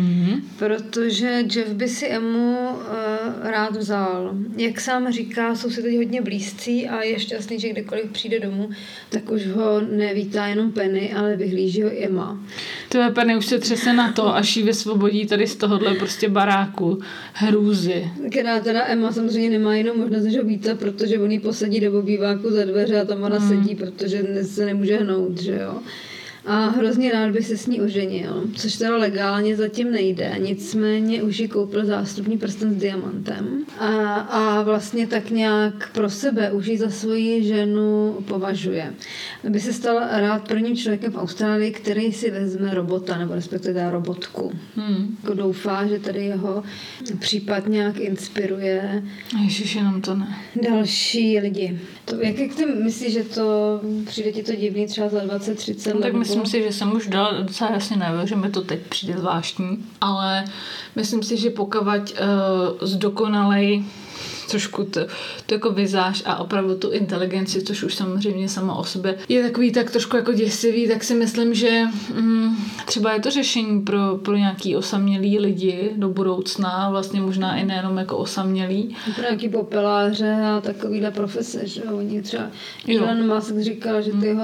Speaker 1: protože Jeff by si Emmu rád vzal. Jak sám říká, jsou si teď hodně blízcí a je šťastný, že kdykoliv přijde domů, tak už ho nevítá jenom Penny, ale vyhlíží ho i Emma.
Speaker 2: Tvoje Penny už se třese na to, až ji vysvobodí tady z tohohle prostě baráku hrůzy.
Speaker 1: Která teda Emma samozřejmě nemá jinou možnost, než ho vítat, protože on ji posadí do obýváku za dveře a tam ona sedí, protože se nemůže hnout, že jo. A hrozně rád by se s ní oženil, což teda legálně zatím nejde, nicméně už ji koupil zástupní prsten s diamantem a vlastně tak nějak pro sebe už ji za svoji ženu považuje. By se stal rád prvním člověkem v Austrálii, který si vezme robota, nebo respektive robotku. Jako doufá, že tady jeho případ nějak inspiruje.
Speaker 2: Ježiš, jenom to ne.
Speaker 1: Další lidi. Jak ty myslíš, že to přijde ti to divný třeba za 20-30 let?
Speaker 2: Tak myslím si, že jsem už dala docela jasně najevo, že mi to teď přijde zvláštní, ale myslím si, že pokud zdokonalej trošku to jako vizáž a opravdu tu inteligenci, což už samozřejmě sama o sobě je takový tak trošku jako děsivý, tak si myslím, že třeba je to řešení pro nějaký osamělý lidi do budoucna, vlastně možná i nejenom jako osamělý.
Speaker 1: Pro nějaký popeláře a takovýhle profese, že oni třeba Elon Musk říkal, že ty jeho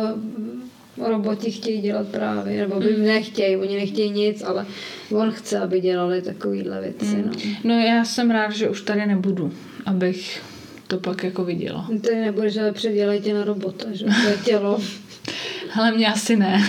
Speaker 1: roboti chtějí dělat právě, nebo by nechtějí, oni nechtějí nic, ale on chce, aby dělali takovýhle věci.
Speaker 2: No já jsem rád, že už tady nebudu, abych to pak jako viděla.
Speaker 1: Tady nebudeš, ale předělej tě na robota, že to je tělo.
Speaker 2: Ale mě asi ne.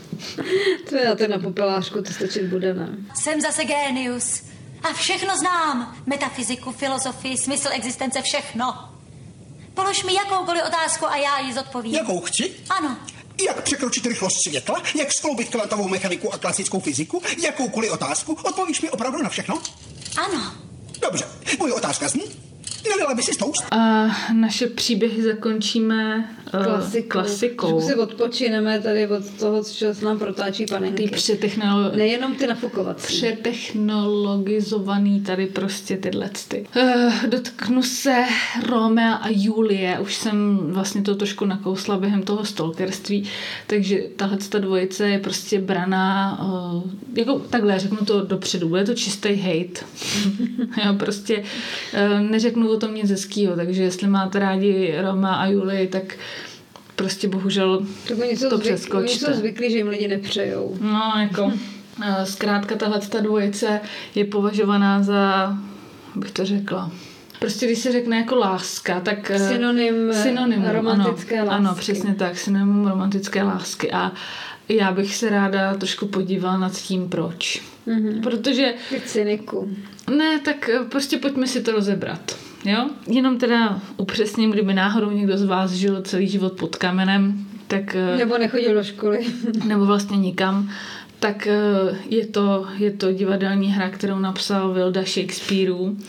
Speaker 1: To já to na popelářku, to stačit bude, ne?
Speaker 7: Jsem zase génius a všechno znám. Metafyziku, filozofii, smysl existence, všechno. Polož mi jakoukoliv otázku a já ji zodpovím.
Speaker 8: Jakou chci?
Speaker 7: Ano.
Speaker 8: Jak překročit rychlost světla? Jak skloubit kvantovou mechaniku a klasickou fyziku? Jakoukoliv otázku? Odpovíš mi opravdu na všechno?
Speaker 7: Ano.
Speaker 8: Dobře. Moje otázka zní, Nedala by si stoušt?
Speaker 2: A naše příběhy zakončíme klasikou.
Speaker 1: Už si odpočineme tady od toho, co se nám protáčí panenky. Nejenom ty nafukovací.
Speaker 2: Přetechnologizovaný tady prostě tyhle. Dotknu se Romea a Julie. Už jsem vlastně to trošku nakousla během toho stalkerství, takže tahleta dvojice je prostě braná, jako takhle, řeknu to dopředu, bude to čistý hate. Jo, prostě neřeknu o tom nic hezkýho, takže jestli máte rádi Romea a Julii, tak prostě bohužel to přeskočte.
Speaker 1: Oni jsou zvyklí, že jim lidi nepřejou.
Speaker 2: No, jako zkrátka tahleta dvojice je považovaná za, bych to řekla, prostě když se řekne jako láska, tak
Speaker 1: synonym romantické lásky.
Speaker 2: Ano, přesně tak, synonym romantické lásky. A já bych se ráda trošku podívala nad tím, proč.
Speaker 1: Mm-hmm.
Speaker 2: Protože...
Speaker 1: Ty cyniku.
Speaker 2: Ne, tak prostě pojďme si to rozebrat. Jo? Jenom teda upřesním, kdyby náhodou někdo z vás žil celý život pod kamenem, tak...
Speaker 1: Nebo nechodil do školy.
Speaker 2: Nebo vlastně nikam. Tak je to divadelní hra, kterou napsal Wilda Shakespeareů.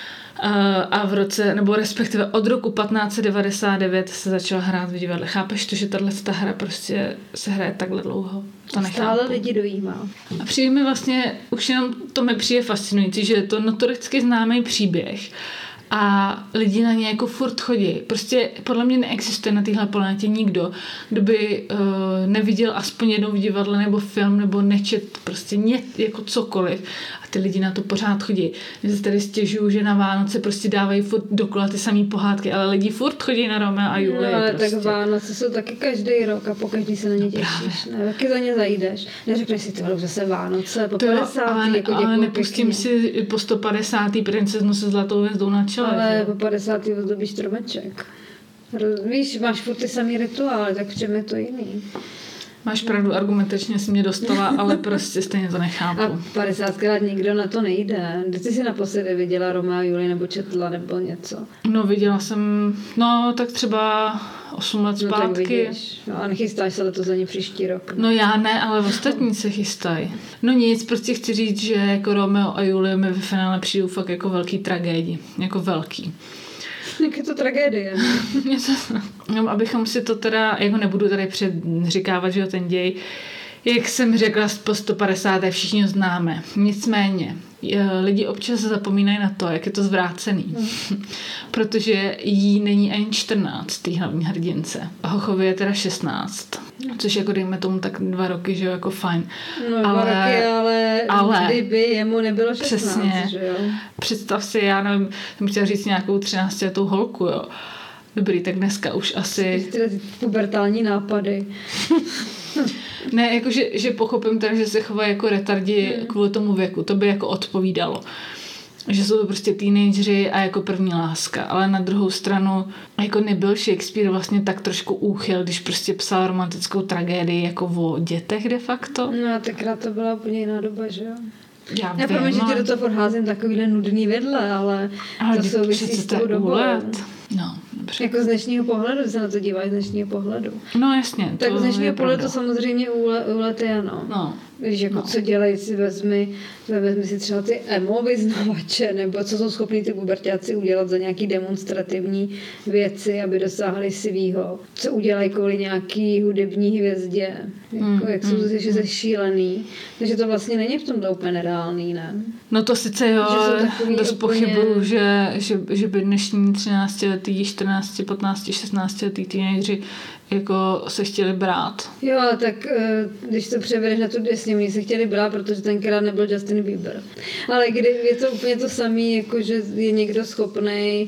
Speaker 2: A v roce, nebo respektive od roku 1599 se začala hrát v divadle. Chápeš to, že tato hra prostě se hraje takhle dlouho? To nechápu.
Speaker 1: Stále lidi dojímá.
Speaker 2: A přijde mi vlastně, už jenom to mi přijde fascinující, že je to notoricky známý příběh a lidi na ně jako furt chodí. Prostě podle mě neexistuje na téhle planetě nikdo, kdo by neviděl aspoň jednou v divadle nebo film nebo nečet prostě jako cokoliv. A ty lidi na to pořád chodí. Já se tady stěžuju, že na Vánoce prostě dávají furt dokola ty samý pohádky, ale lidi furt chodí na Romea a Julie.
Speaker 1: No, ale
Speaker 2: prostě.
Speaker 1: tak Vánoce jsou taky každý rok a pokaždý se na ně těšíš. Ne, taky za ně zajdeš. Neřekneš si, to zase Vánoce po 50.
Speaker 2: Ale nepustím si po 150. princeznu se zlatou hvězdou na čele.
Speaker 1: Ale po 50. ozdobíš stromeček. Víš, máš furt ty samý rituály, tak v čem je to jiný?
Speaker 2: Máš pravdu, argumentačně si mě dostala, ale prostě stejně to nechápu.
Speaker 1: A 50krát nikdo na to nejde. Kdy ty si naposledy viděla Romea a Julii nebo četla nebo něco?
Speaker 2: No viděla jsem, tak třeba 8 let zpátky.
Speaker 1: No a nechystáš se letos ani příští rok.
Speaker 2: No já ne, ale ostatní se chystají. No nic, prostě chci říct, že jako Romeo a Julie mi ve finále přijdou fakt jako velký tragédii. Jako velký.
Speaker 1: Jak je to tragédie.
Speaker 2: No, abychom si to teda, jako nebudu tady předříkávat, že ten děj, jak jsem řekla, po 150. všichni ho známe. Nicméně, lidi občas zapomínají na to, jak je to zvrácený. Protože jí není ani 14, tý hlavní hrdince. A Hochovi je teda 16. Což jako dejme tomu tak 2 roky, že jo, jako fajn.
Speaker 1: No 2 roky, ale kdyby jemu nebylo 16,
Speaker 2: přesně,
Speaker 1: že jo.
Speaker 2: Představ si, já nevím, jsem chtěla říct nějakou 13letou holku, jo. Dobrý, tak dneska už asi...
Speaker 1: Ty pubertální nápady.
Speaker 2: Ne, jako že pochopím teda, že se chovají jako retardi kvůli tomu věku. To by jako odpovídalo. Že jsou to prostě teenageři a jako první láska. Ale na druhou stranu jako nebyl Shakespeare vlastně tak trošku úchyl, když prostě psal romantickou tragédii jako o dětech de facto.
Speaker 1: No a tenkrát to byla úplně jiná doba, že jo?
Speaker 2: Já
Speaker 1: vím, že ti do toho podházím takovýhle nudný vedle, ale to souvisí s tou dobou.
Speaker 2: No, dobře.
Speaker 1: Jako z dnešního pohledu, se na to díváš z dnešního pohledu.
Speaker 2: No jasně.
Speaker 1: Tak z dnešního pohledu to samozřejmě úlety ano.
Speaker 2: No.
Speaker 1: Víš, jako co dělají, si vezmi si třeba ty emo vyznavače, nebo co jsou schopní ty puberťáci udělat za nějaký demonstrativní věci, aby dosáhli svýho. Co udělají kvůli nějaký hudební hvězdě. Jako, jak jsou zešílený. Takže to vlastně není v tomhle úplně nereálný, ne?
Speaker 2: No to sice jo, ale dost pochybuju, že by dnešní 13letý, 14, 15, 16letý teenageři jako se chtěli brát.
Speaker 1: Jo, tak když to převedeš na tu Disney, oni se chtěli brát, protože tenkrát nebyl Justin Bieber. Ale kdy je to úplně to samý, jako že je někdo schopnej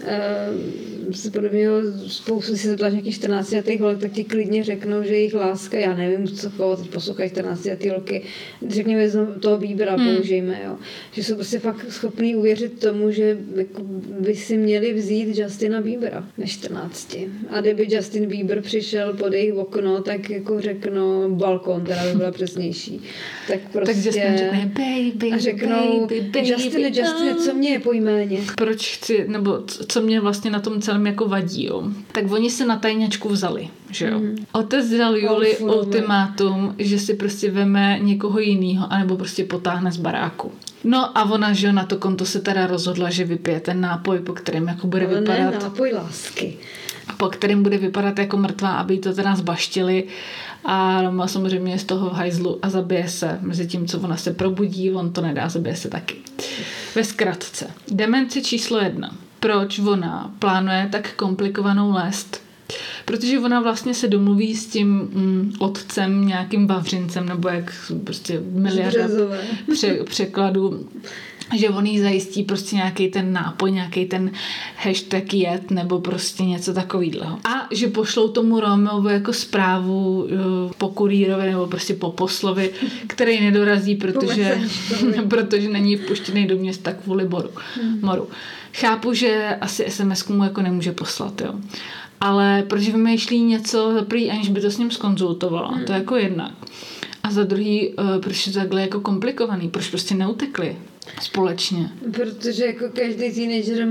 Speaker 1: podle mě spoustu si zeptáš nějakých 14letých holek, tak ti klidně řeknou, že jejich láska, já nevím, co koho teď poslouchají 14letý holky, řekněme toho Biebera použijeme, jo. Že jsou prostě fakt schopný uvěřit tomu, že jako by si měli vzít Justina Biebera ve 14. A kdyby Justin Bieber přišel pod jejich okno, tak jako řeknou balkon, teda by byla přesnější. Tak prostě...
Speaker 2: Tak Justin řekne baby,
Speaker 1: a řeknou, baby, Justine, co mě je po jméně?
Speaker 2: Proč chci, nebo co mě vlastně na tom celém jako vadí, jo? Tak oni se na tajňačku vzali, že jo. Otec dal Juli ultimátum, že si prostě veme někoho jinýho, anebo prostě potáhne z baráku. No a ona, že na to konto se teda rozhodla, že vypije ten nápoj, po kterém jako bude
Speaker 1: ale
Speaker 2: vypadat...
Speaker 1: ne nápoj lásky.
Speaker 2: Po kterém bude vypadat jako mrtvá, aby jí to teda zbaštili. A Roma samozřejmě je z toho v hajzlu a zabije se. Mezi tím, co ona se probudí, on to nedá, zabije se taky. Ve zkratce. Demence číslo 1. Proč ona plánuje tak komplikovanou lest? Protože ona vlastně se domluví s tím otcem, nějakým Vavřincem, nebo jak prostě miliarda překladu, že on jí zajistí prostě nějaký ten nápoj, nějaký ten hashtag jet, nebo prostě něco takového. A že pošlou tomu Romeovi jako zprávu po kurýrovi, nebo prostě po poslovi, který nedorazí, protože není vpuštěný do města kvůli moru. Chápu, že asi SMS-ku mu jako nemůže poslat, jo. Ale proč vymýšlí něco za prvý, aniž by to s ním zkonzultovala? To je jako jednak. A za druhý, proč je to takhle jako komplikovaný? Proč prostě neutekli společně?
Speaker 1: Protože jako každý teenager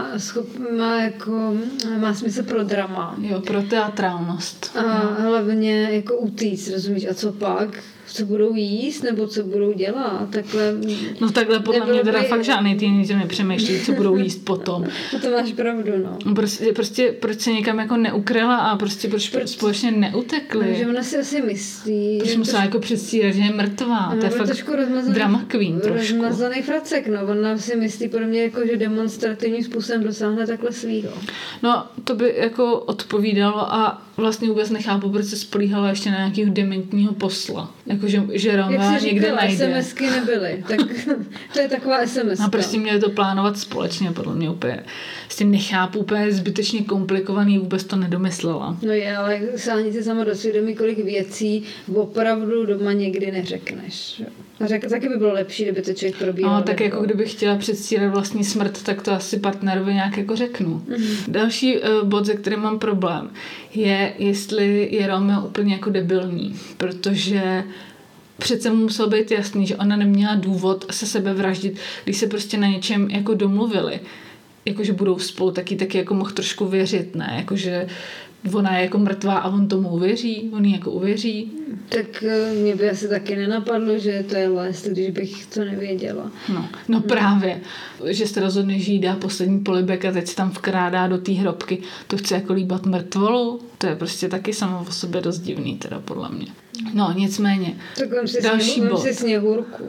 Speaker 1: má smysl pro drama.
Speaker 2: Jo, pro teatrálnost.
Speaker 1: A hlavně jako utíct, rozumíš? A co pak? Co budou jíst, nebo co budou dělat?
Speaker 2: Takhle podle mě teda fakt žádný teenager nepřemýšlí, co budou jíst potom.
Speaker 1: No to máš pravdu, no.
Speaker 2: Prostě proč se někam jako neukryla a prostě proč společně neutekli?
Speaker 1: No, že ona si asi myslí...
Speaker 2: Proč musela jako předstírat, že je mrtvá. To je fakt drama queen trošku.
Speaker 1: Rozmazaný fracek, no. Ona si myslí pro mě, jako, že demonstrativním způsobem dosáhne takhle svýho.
Speaker 2: No, to by jako odpovídalo a vlastně vůbec nechápu, proč se spolíhala ještě na nějakého dementního posla. Jako, že Roma někde najde.
Speaker 1: SMSky nebyly, tak to je taková SMS.
Speaker 2: A prostě měli to plánovat společně, podle mě úplně. Prostě nechápu, úplně zbytečně komplikovaný, vůbec to nedomyslela.
Speaker 1: No je, ale sáhni si sama do svědomí, kolik věcí opravdu doma někdy neřekneš. A taky by bylo lepší, kdyby to člověk probíhal.
Speaker 2: No, tak jako kdybych chtěla předstírat vlastní smrt, tak to asi partnerovi nějak jako řeknu. Další bod, se kterým mám problém, je, jestli je Romeo úplně jako debilní, protože přece mu muselo být jasný, že ona neměla důvod se sebe vraždit, když se prostě na něčem jako domluvili. Jakože budou spolu, taky jako mohl trošku věřit, ne? Jakože ona je jako mrtvá a on tomu uvěří, on jí jako uvěří.
Speaker 1: Tak mě by asi taky nenapadlo, že to je lest, když bych to nevěděla.
Speaker 2: No právě, že se rozhodne, že jí dá poslední polibek a teď se tam vkrádá do té hrobky. To chce jako líbat mrtvolu, to je prostě taky samo o sobě dost divný, teda podle mě. No, nicméně.
Speaker 1: Tak
Speaker 2: další bod.
Speaker 1: Si Sněhurku.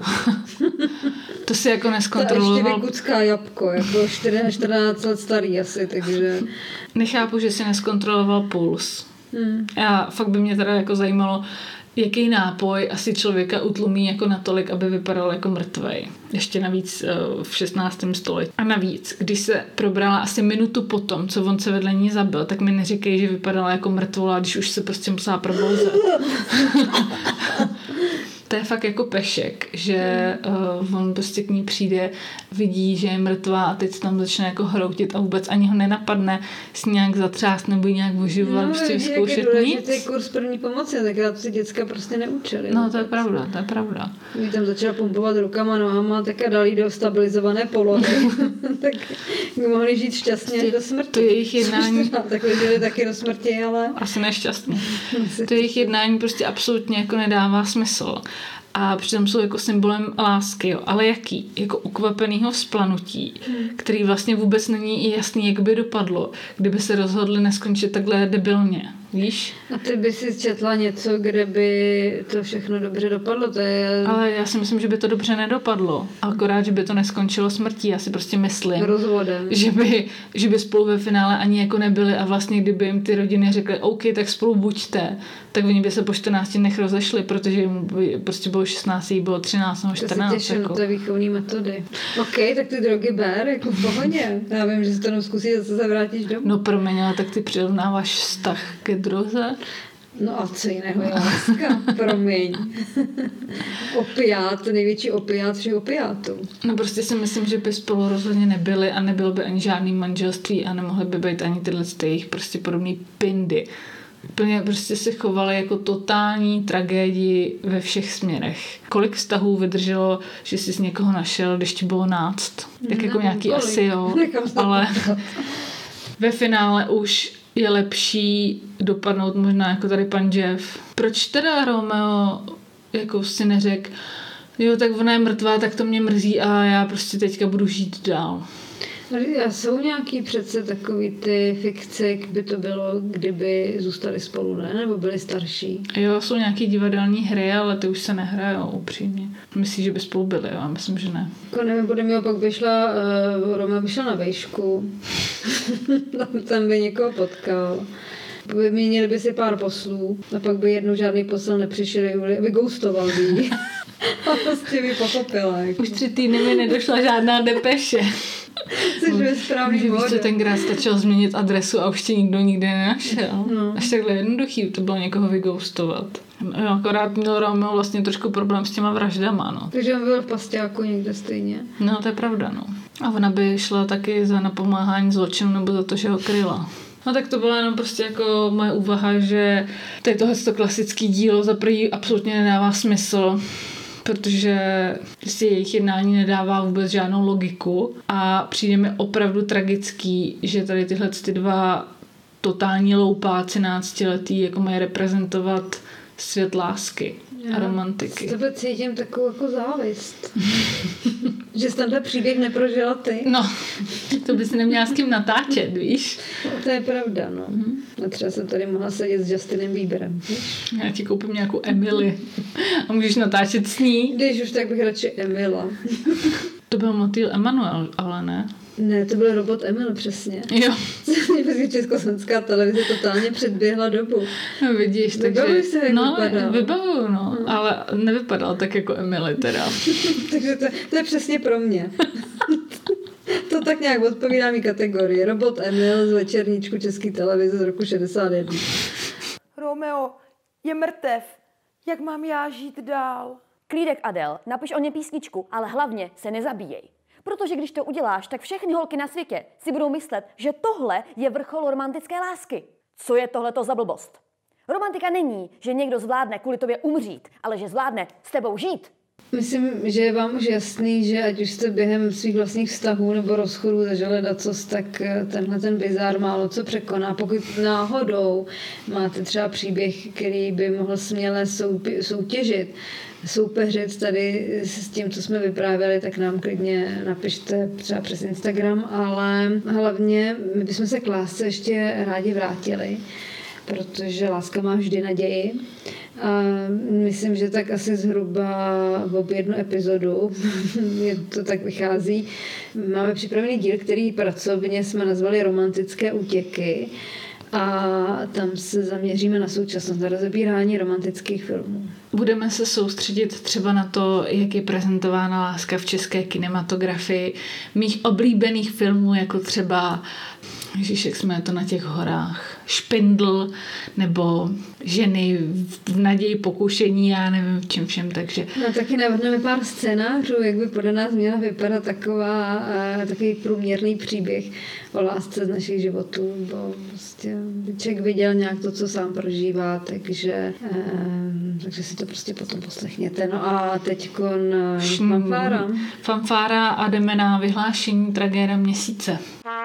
Speaker 2: To si jako neskontroloval.
Speaker 1: Ta ještě vykucká jabko, jako 14 let starý asi, takže...
Speaker 2: Nechápu, že si neskontroloval puls. A fakt by mě teda jako zajímalo, jaký nápoj asi člověka utlumí jako natolik, aby vypadal jako mrtvej. Ještě navíc v 16. století. A navíc, když se probrala asi minutu potom, co on se vedle ní zabil, tak mi neříkej, že vypadala jako mrtvola, když už se prostě musela probouzet. To je fakt jako pešek, že on prostě k ní přijde, vidí, že je mrtvá a teď se tam začne jako hroutit a vůbec ani ho nenapadne s nějak zatřást nebo nějak oživovat, prostě vyzkoušet nic.
Speaker 1: To je kurz první pomoci, tak já si děcka prostě neučili.
Speaker 2: No to je pravda.
Speaker 1: Když tam začala pumpovat rukama, nohama, tak a dal jí do stabilizované polohy, tak mohli žít šťastně až do smrti.
Speaker 2: To jejich jednání...
Speaker 1: Takhle žili taky do smrti, ale...
Speaker 2: Asi nešťastně. To jejich jednání prostě absolutně jako nedává smysl. A přitom jsou jako symbolem lásky, jo. Ale jaký? Jako ukvapenýho vzplanutí, který vlastně vůbec není jasný, jak by dopadlo, kdyby se rozhodli neskončit takhle debilně. Víš?
Speaker 1: A ty by si četla něco, kde by to všechno dobře dopadlo. To je...
Speaker 2: Ale já si myslím, že by to dobře nedopadlo. Akorát, že by to neskončilo smrtí. Já si prostě myslím,
Speaker 1: rozvodem.
Speaker 2: Že by spolu ve finále ani jako nebyli a vlastně kdyby jim ty rodiny řekly OK, tak spolu buďte, tak oni by se po 14 dnech rozešli, protože jim by prostě bylo 16, jí bylo 13 nebo 14.
Speaker 1: To se těším, to je výchovní metody. OK, tak ty drogy ber, jako v pohodě. Já vím, že se to zkusí, zase se vrátíš domů.
Speaker 2: No promiň, ale tak ty přirovnáváš vztah ke droze?
Speaker 1: No a co jiného je láska? Promiň. Opiát, největší opiát všech opiátů.
Speaker 2: No prostě si myslím, že by spolu rozhodně nebyli a nebylo by ani žádný manželství a nemohly by být ani tyhle jejich prostě podobný pindy. Úplně prostě se chovali jako totální tragédii ve všech směrech. Kolik vztahů vydrželo, že jsi z někoho našel, když ti bylo 11? Tak jako nějaký kolik? Asi jo, ale ve finále už je lepší dopadnout možná jako tady pan Jeff. Proč teda Romeo jako si neřekl, jo, tak ona je mrtvá, tak to mě mrzí a já prostě teďka budu žít dál.
Speaker 1: A jsou nějaký přece takový ty fikce, jak by to bylo, kdyby zůstali spolu, ne? Nebo byli starší?
Speaker 2: Jo, jsou nějaký divadelní hry, ale ty už se nehrajou upřímně. Myslíš, že by spolu byli? Já myslím, že ne.
Speaker 1: Jako nevím, podle mě pak by šla, Romeo by šla na vejšku. Tam by někoho potkal. Vyměnili by si pár poslů a pak by jednou žádný posel nepřišel, aby ghostoval by. A prostě by pochopila. Jako.
Speaker 2: Už 3 týdny mi nedošla žádná depeše.
Speaker 1: Což je správný
Speaker 2: Víš,
Speaker 1: bod.
Speaker 2: co tenkrát stačilo změnit adresu a už tě nikdo nikdy nenašel.
Speaker 1: No.
Speaker 2: Až takhle jednoduchý to bylo někoho vyghostovat. Jo, akorát měl Romeo vlastně trošku problém s těma vraždama, no.
Speaker 1: Takže on byl v pasťáku někde stejně.
Speaker 2: No, to je pravda, no. A ona by šla taky za napomáhání zločinu nebo za to, že ho kryla. No tak to byla jenom prostě jako moje úvaha, že tady tohleto klasický dílo za první absolutně nedává smysl, protože si jejich jednání nedává vůbec žádnou logiku a přijde mi opravdu tragický, že tady tyhle ty dva totální loupáci 13letý jako mají reprezentovat svět lásky a romantiky.
Speaker 1: Z tebe cítím takovou jako závist. Že jsi tenhle příběh neprožila ty.
Speaker 2: No, to bys neměla s kým natáčet, víš?
Speaker 1: No, to je pravda, no. A třeba jsem tady mohla sedět s Justinem Bieberem.
Speaker 2: Já ti koupím nějakou Emily a můžeš natáčet s ní.
Speaker 1: Když už, tak bych radši Emila.
Speaker 2: To byl motýl Emanuel, ale ne?
Speaker 1: Ne, to byl robot Emil, přesně.
Speaker 2: Jo.
Speaker 1: Československá televize totálně předběhla dobu.
Speaker 2: No vidíš, takže...
Speaker 1: Vybavuj se, jak vypadal.
Speaker 2: Vybavuju, no. Ale nevypadal tak jako Emily teda.
Speaker 1: Takže to je přesně pro mě. To tak nějak odpovídá mi kategorii. Robot Emil z večerníčku České televize z roku 61.
Speaker 9: Romeo je mrtev. Jak mám já žít dál?
Speaker 10: Klídek, Adel, napiš o ně písničku, ale hlavně se nezabíjej. Protože když to uděláš, tak všechny holky na světě si budou myslet, že tohle je vrchol romantické lásky. Co je tohleto za blbost? Romantika není, že někdo zvládne kvůli tobě umřít, ale že zvládne s tebou žít.
Speaker 1: Myslím, že je vám už jasný, že ať už jste během svých vlastních vztahů nebo rozchodů zažili dacos, tak tenhle ten bizár málo co překoná. Pokud náhodou máte třeba příběh, který by mohl směle soupeřit tady s tím, co jsme vyprávěli, tak nám klidně napište třeba přes Instagram, ale hlavně my bychom se k lásce ještě rádi vrátili, protože láska má vždy naději. A myslím, že tak asi zhruba v jednu epizodu, to tak vychází. Máme připravený díl, který pracovně jsme nazvali Romantické útěky a tam se zaměříme na současnost, na rozebírání romantických filmů.
Speaker 2: Budeme se soustředit třeba na to, jak je prezentována láska v české kinematografii, mých oblíbených filmů, jako třeba Ježíš, jak jsme to na těch horách, Špindl, nebo Ženy v naději pokušení, já nevím v čem všem, takže...
Speaker 1: No taky navrhneme pár scénářů, jak by podle nás měla vypadat takový průměrný příběh o lásce z našich životů, bo prostě člověk viděl nějak to, co sám prožívá, takže si to prostě potom poslechněte. No a teďkon fanfára.
Speaker 2: Fanfára a jdeme na vyhlášení tragéda měsíce.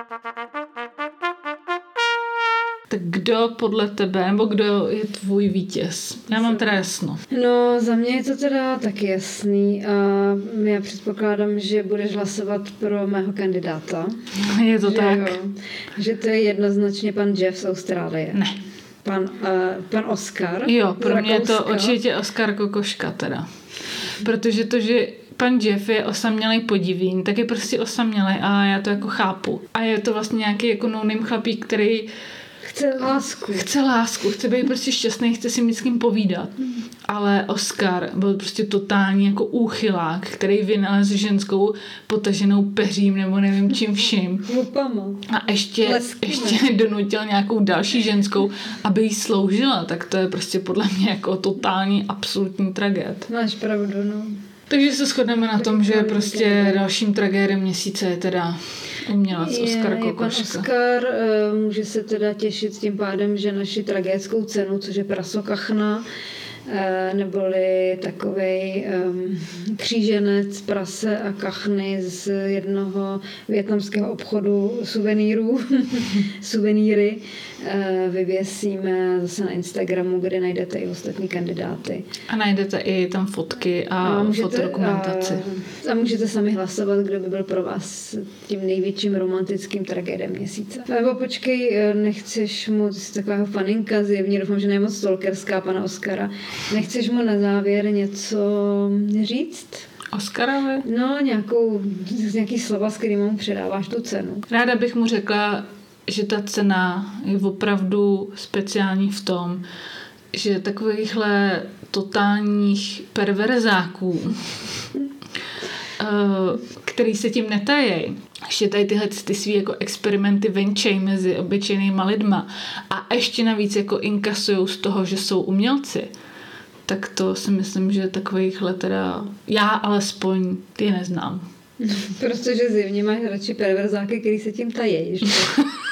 Speaker 2: Tak kdo podle tebe, nebo kdo je tvůj vítěz? Já mám teda jasno.
Speaker 1: No, za mě je to teda taky jasný a já předpokládám, že budeš hlasovat pro mého kandidáta.
Speaker 2: Je to tak.
Speaker 1: Jo, že to je jednoznačně pan Jeff z Austrálie.
Speaker 2: Ne.
Speaker 1: Pan Oscar.
Speaker 2: Jo, pro mě je to určitě Oscar Kokoška teda. Protože to, že pan Jeff je osamělej podivín, tak je prostě osamělej a já to jako chápu. A je to vlastně nějaký jako no-name chlapík, který Chce lásku, chce být prostě šťastný, chce si mít s kým povídat. Ale Oscar byl prostě totální jako úchylák, který vynalezl ženskou potaženou peřím nebo nevím čím vším. A ještě donutil nějakou další ženskou, aby jí sloužila. Tak to je prostě podle mě jako totální absolutní tragéd.
Speaker 1: Máš pravdu, no.
Speaker 2: Takže se shodneme na tom, že prostě dalším tragédem měsíce je teda umělec Oskar Kokoška.
Speaker 1: Pan Oskar může se teda těšit tím pádem, že naši tragédskou cenu, což je Prasokachna, neboli takovej kříženec, prase a kachny z jednoho vietnamského obchodu suvenýry vyvěsíme zase na Instagramu, kde najdete i ostatní kandidáty.
Speaker 2: A najdete i tam fotky a fotodokumentaci.
Speaker 1: A můžete sami hlasovat, kdo by byl pro vás tím největším romantickým tragédem měsíce. Nebo počkej, nechceš mu, takového faninka, zjevně doufám, že ne moc stalkerská pana Oskara, nechceš mu na závěr něco říct?
Speaker 2: Oskarovi?
Speaker 1: No, nějaký slova, s kterým mu předáváš tu cenu.
Speaker 2: Ráda bych mu řekla, že ta cena je opravdu speciální v tom, že takovýchhle totálních perverzáků, který se tím netají, ještě tady tyhle ty svý jako experimenty venčej mezi obyčejnýma lidma a ještě navíc jako inkasujou z toho, že jsou umělci, tak to si myslím, že takovýchhle teda já alespoň ty neznám.
Speaker 1: Protože zjevně máš radši perverzáky, který se tím tají, že?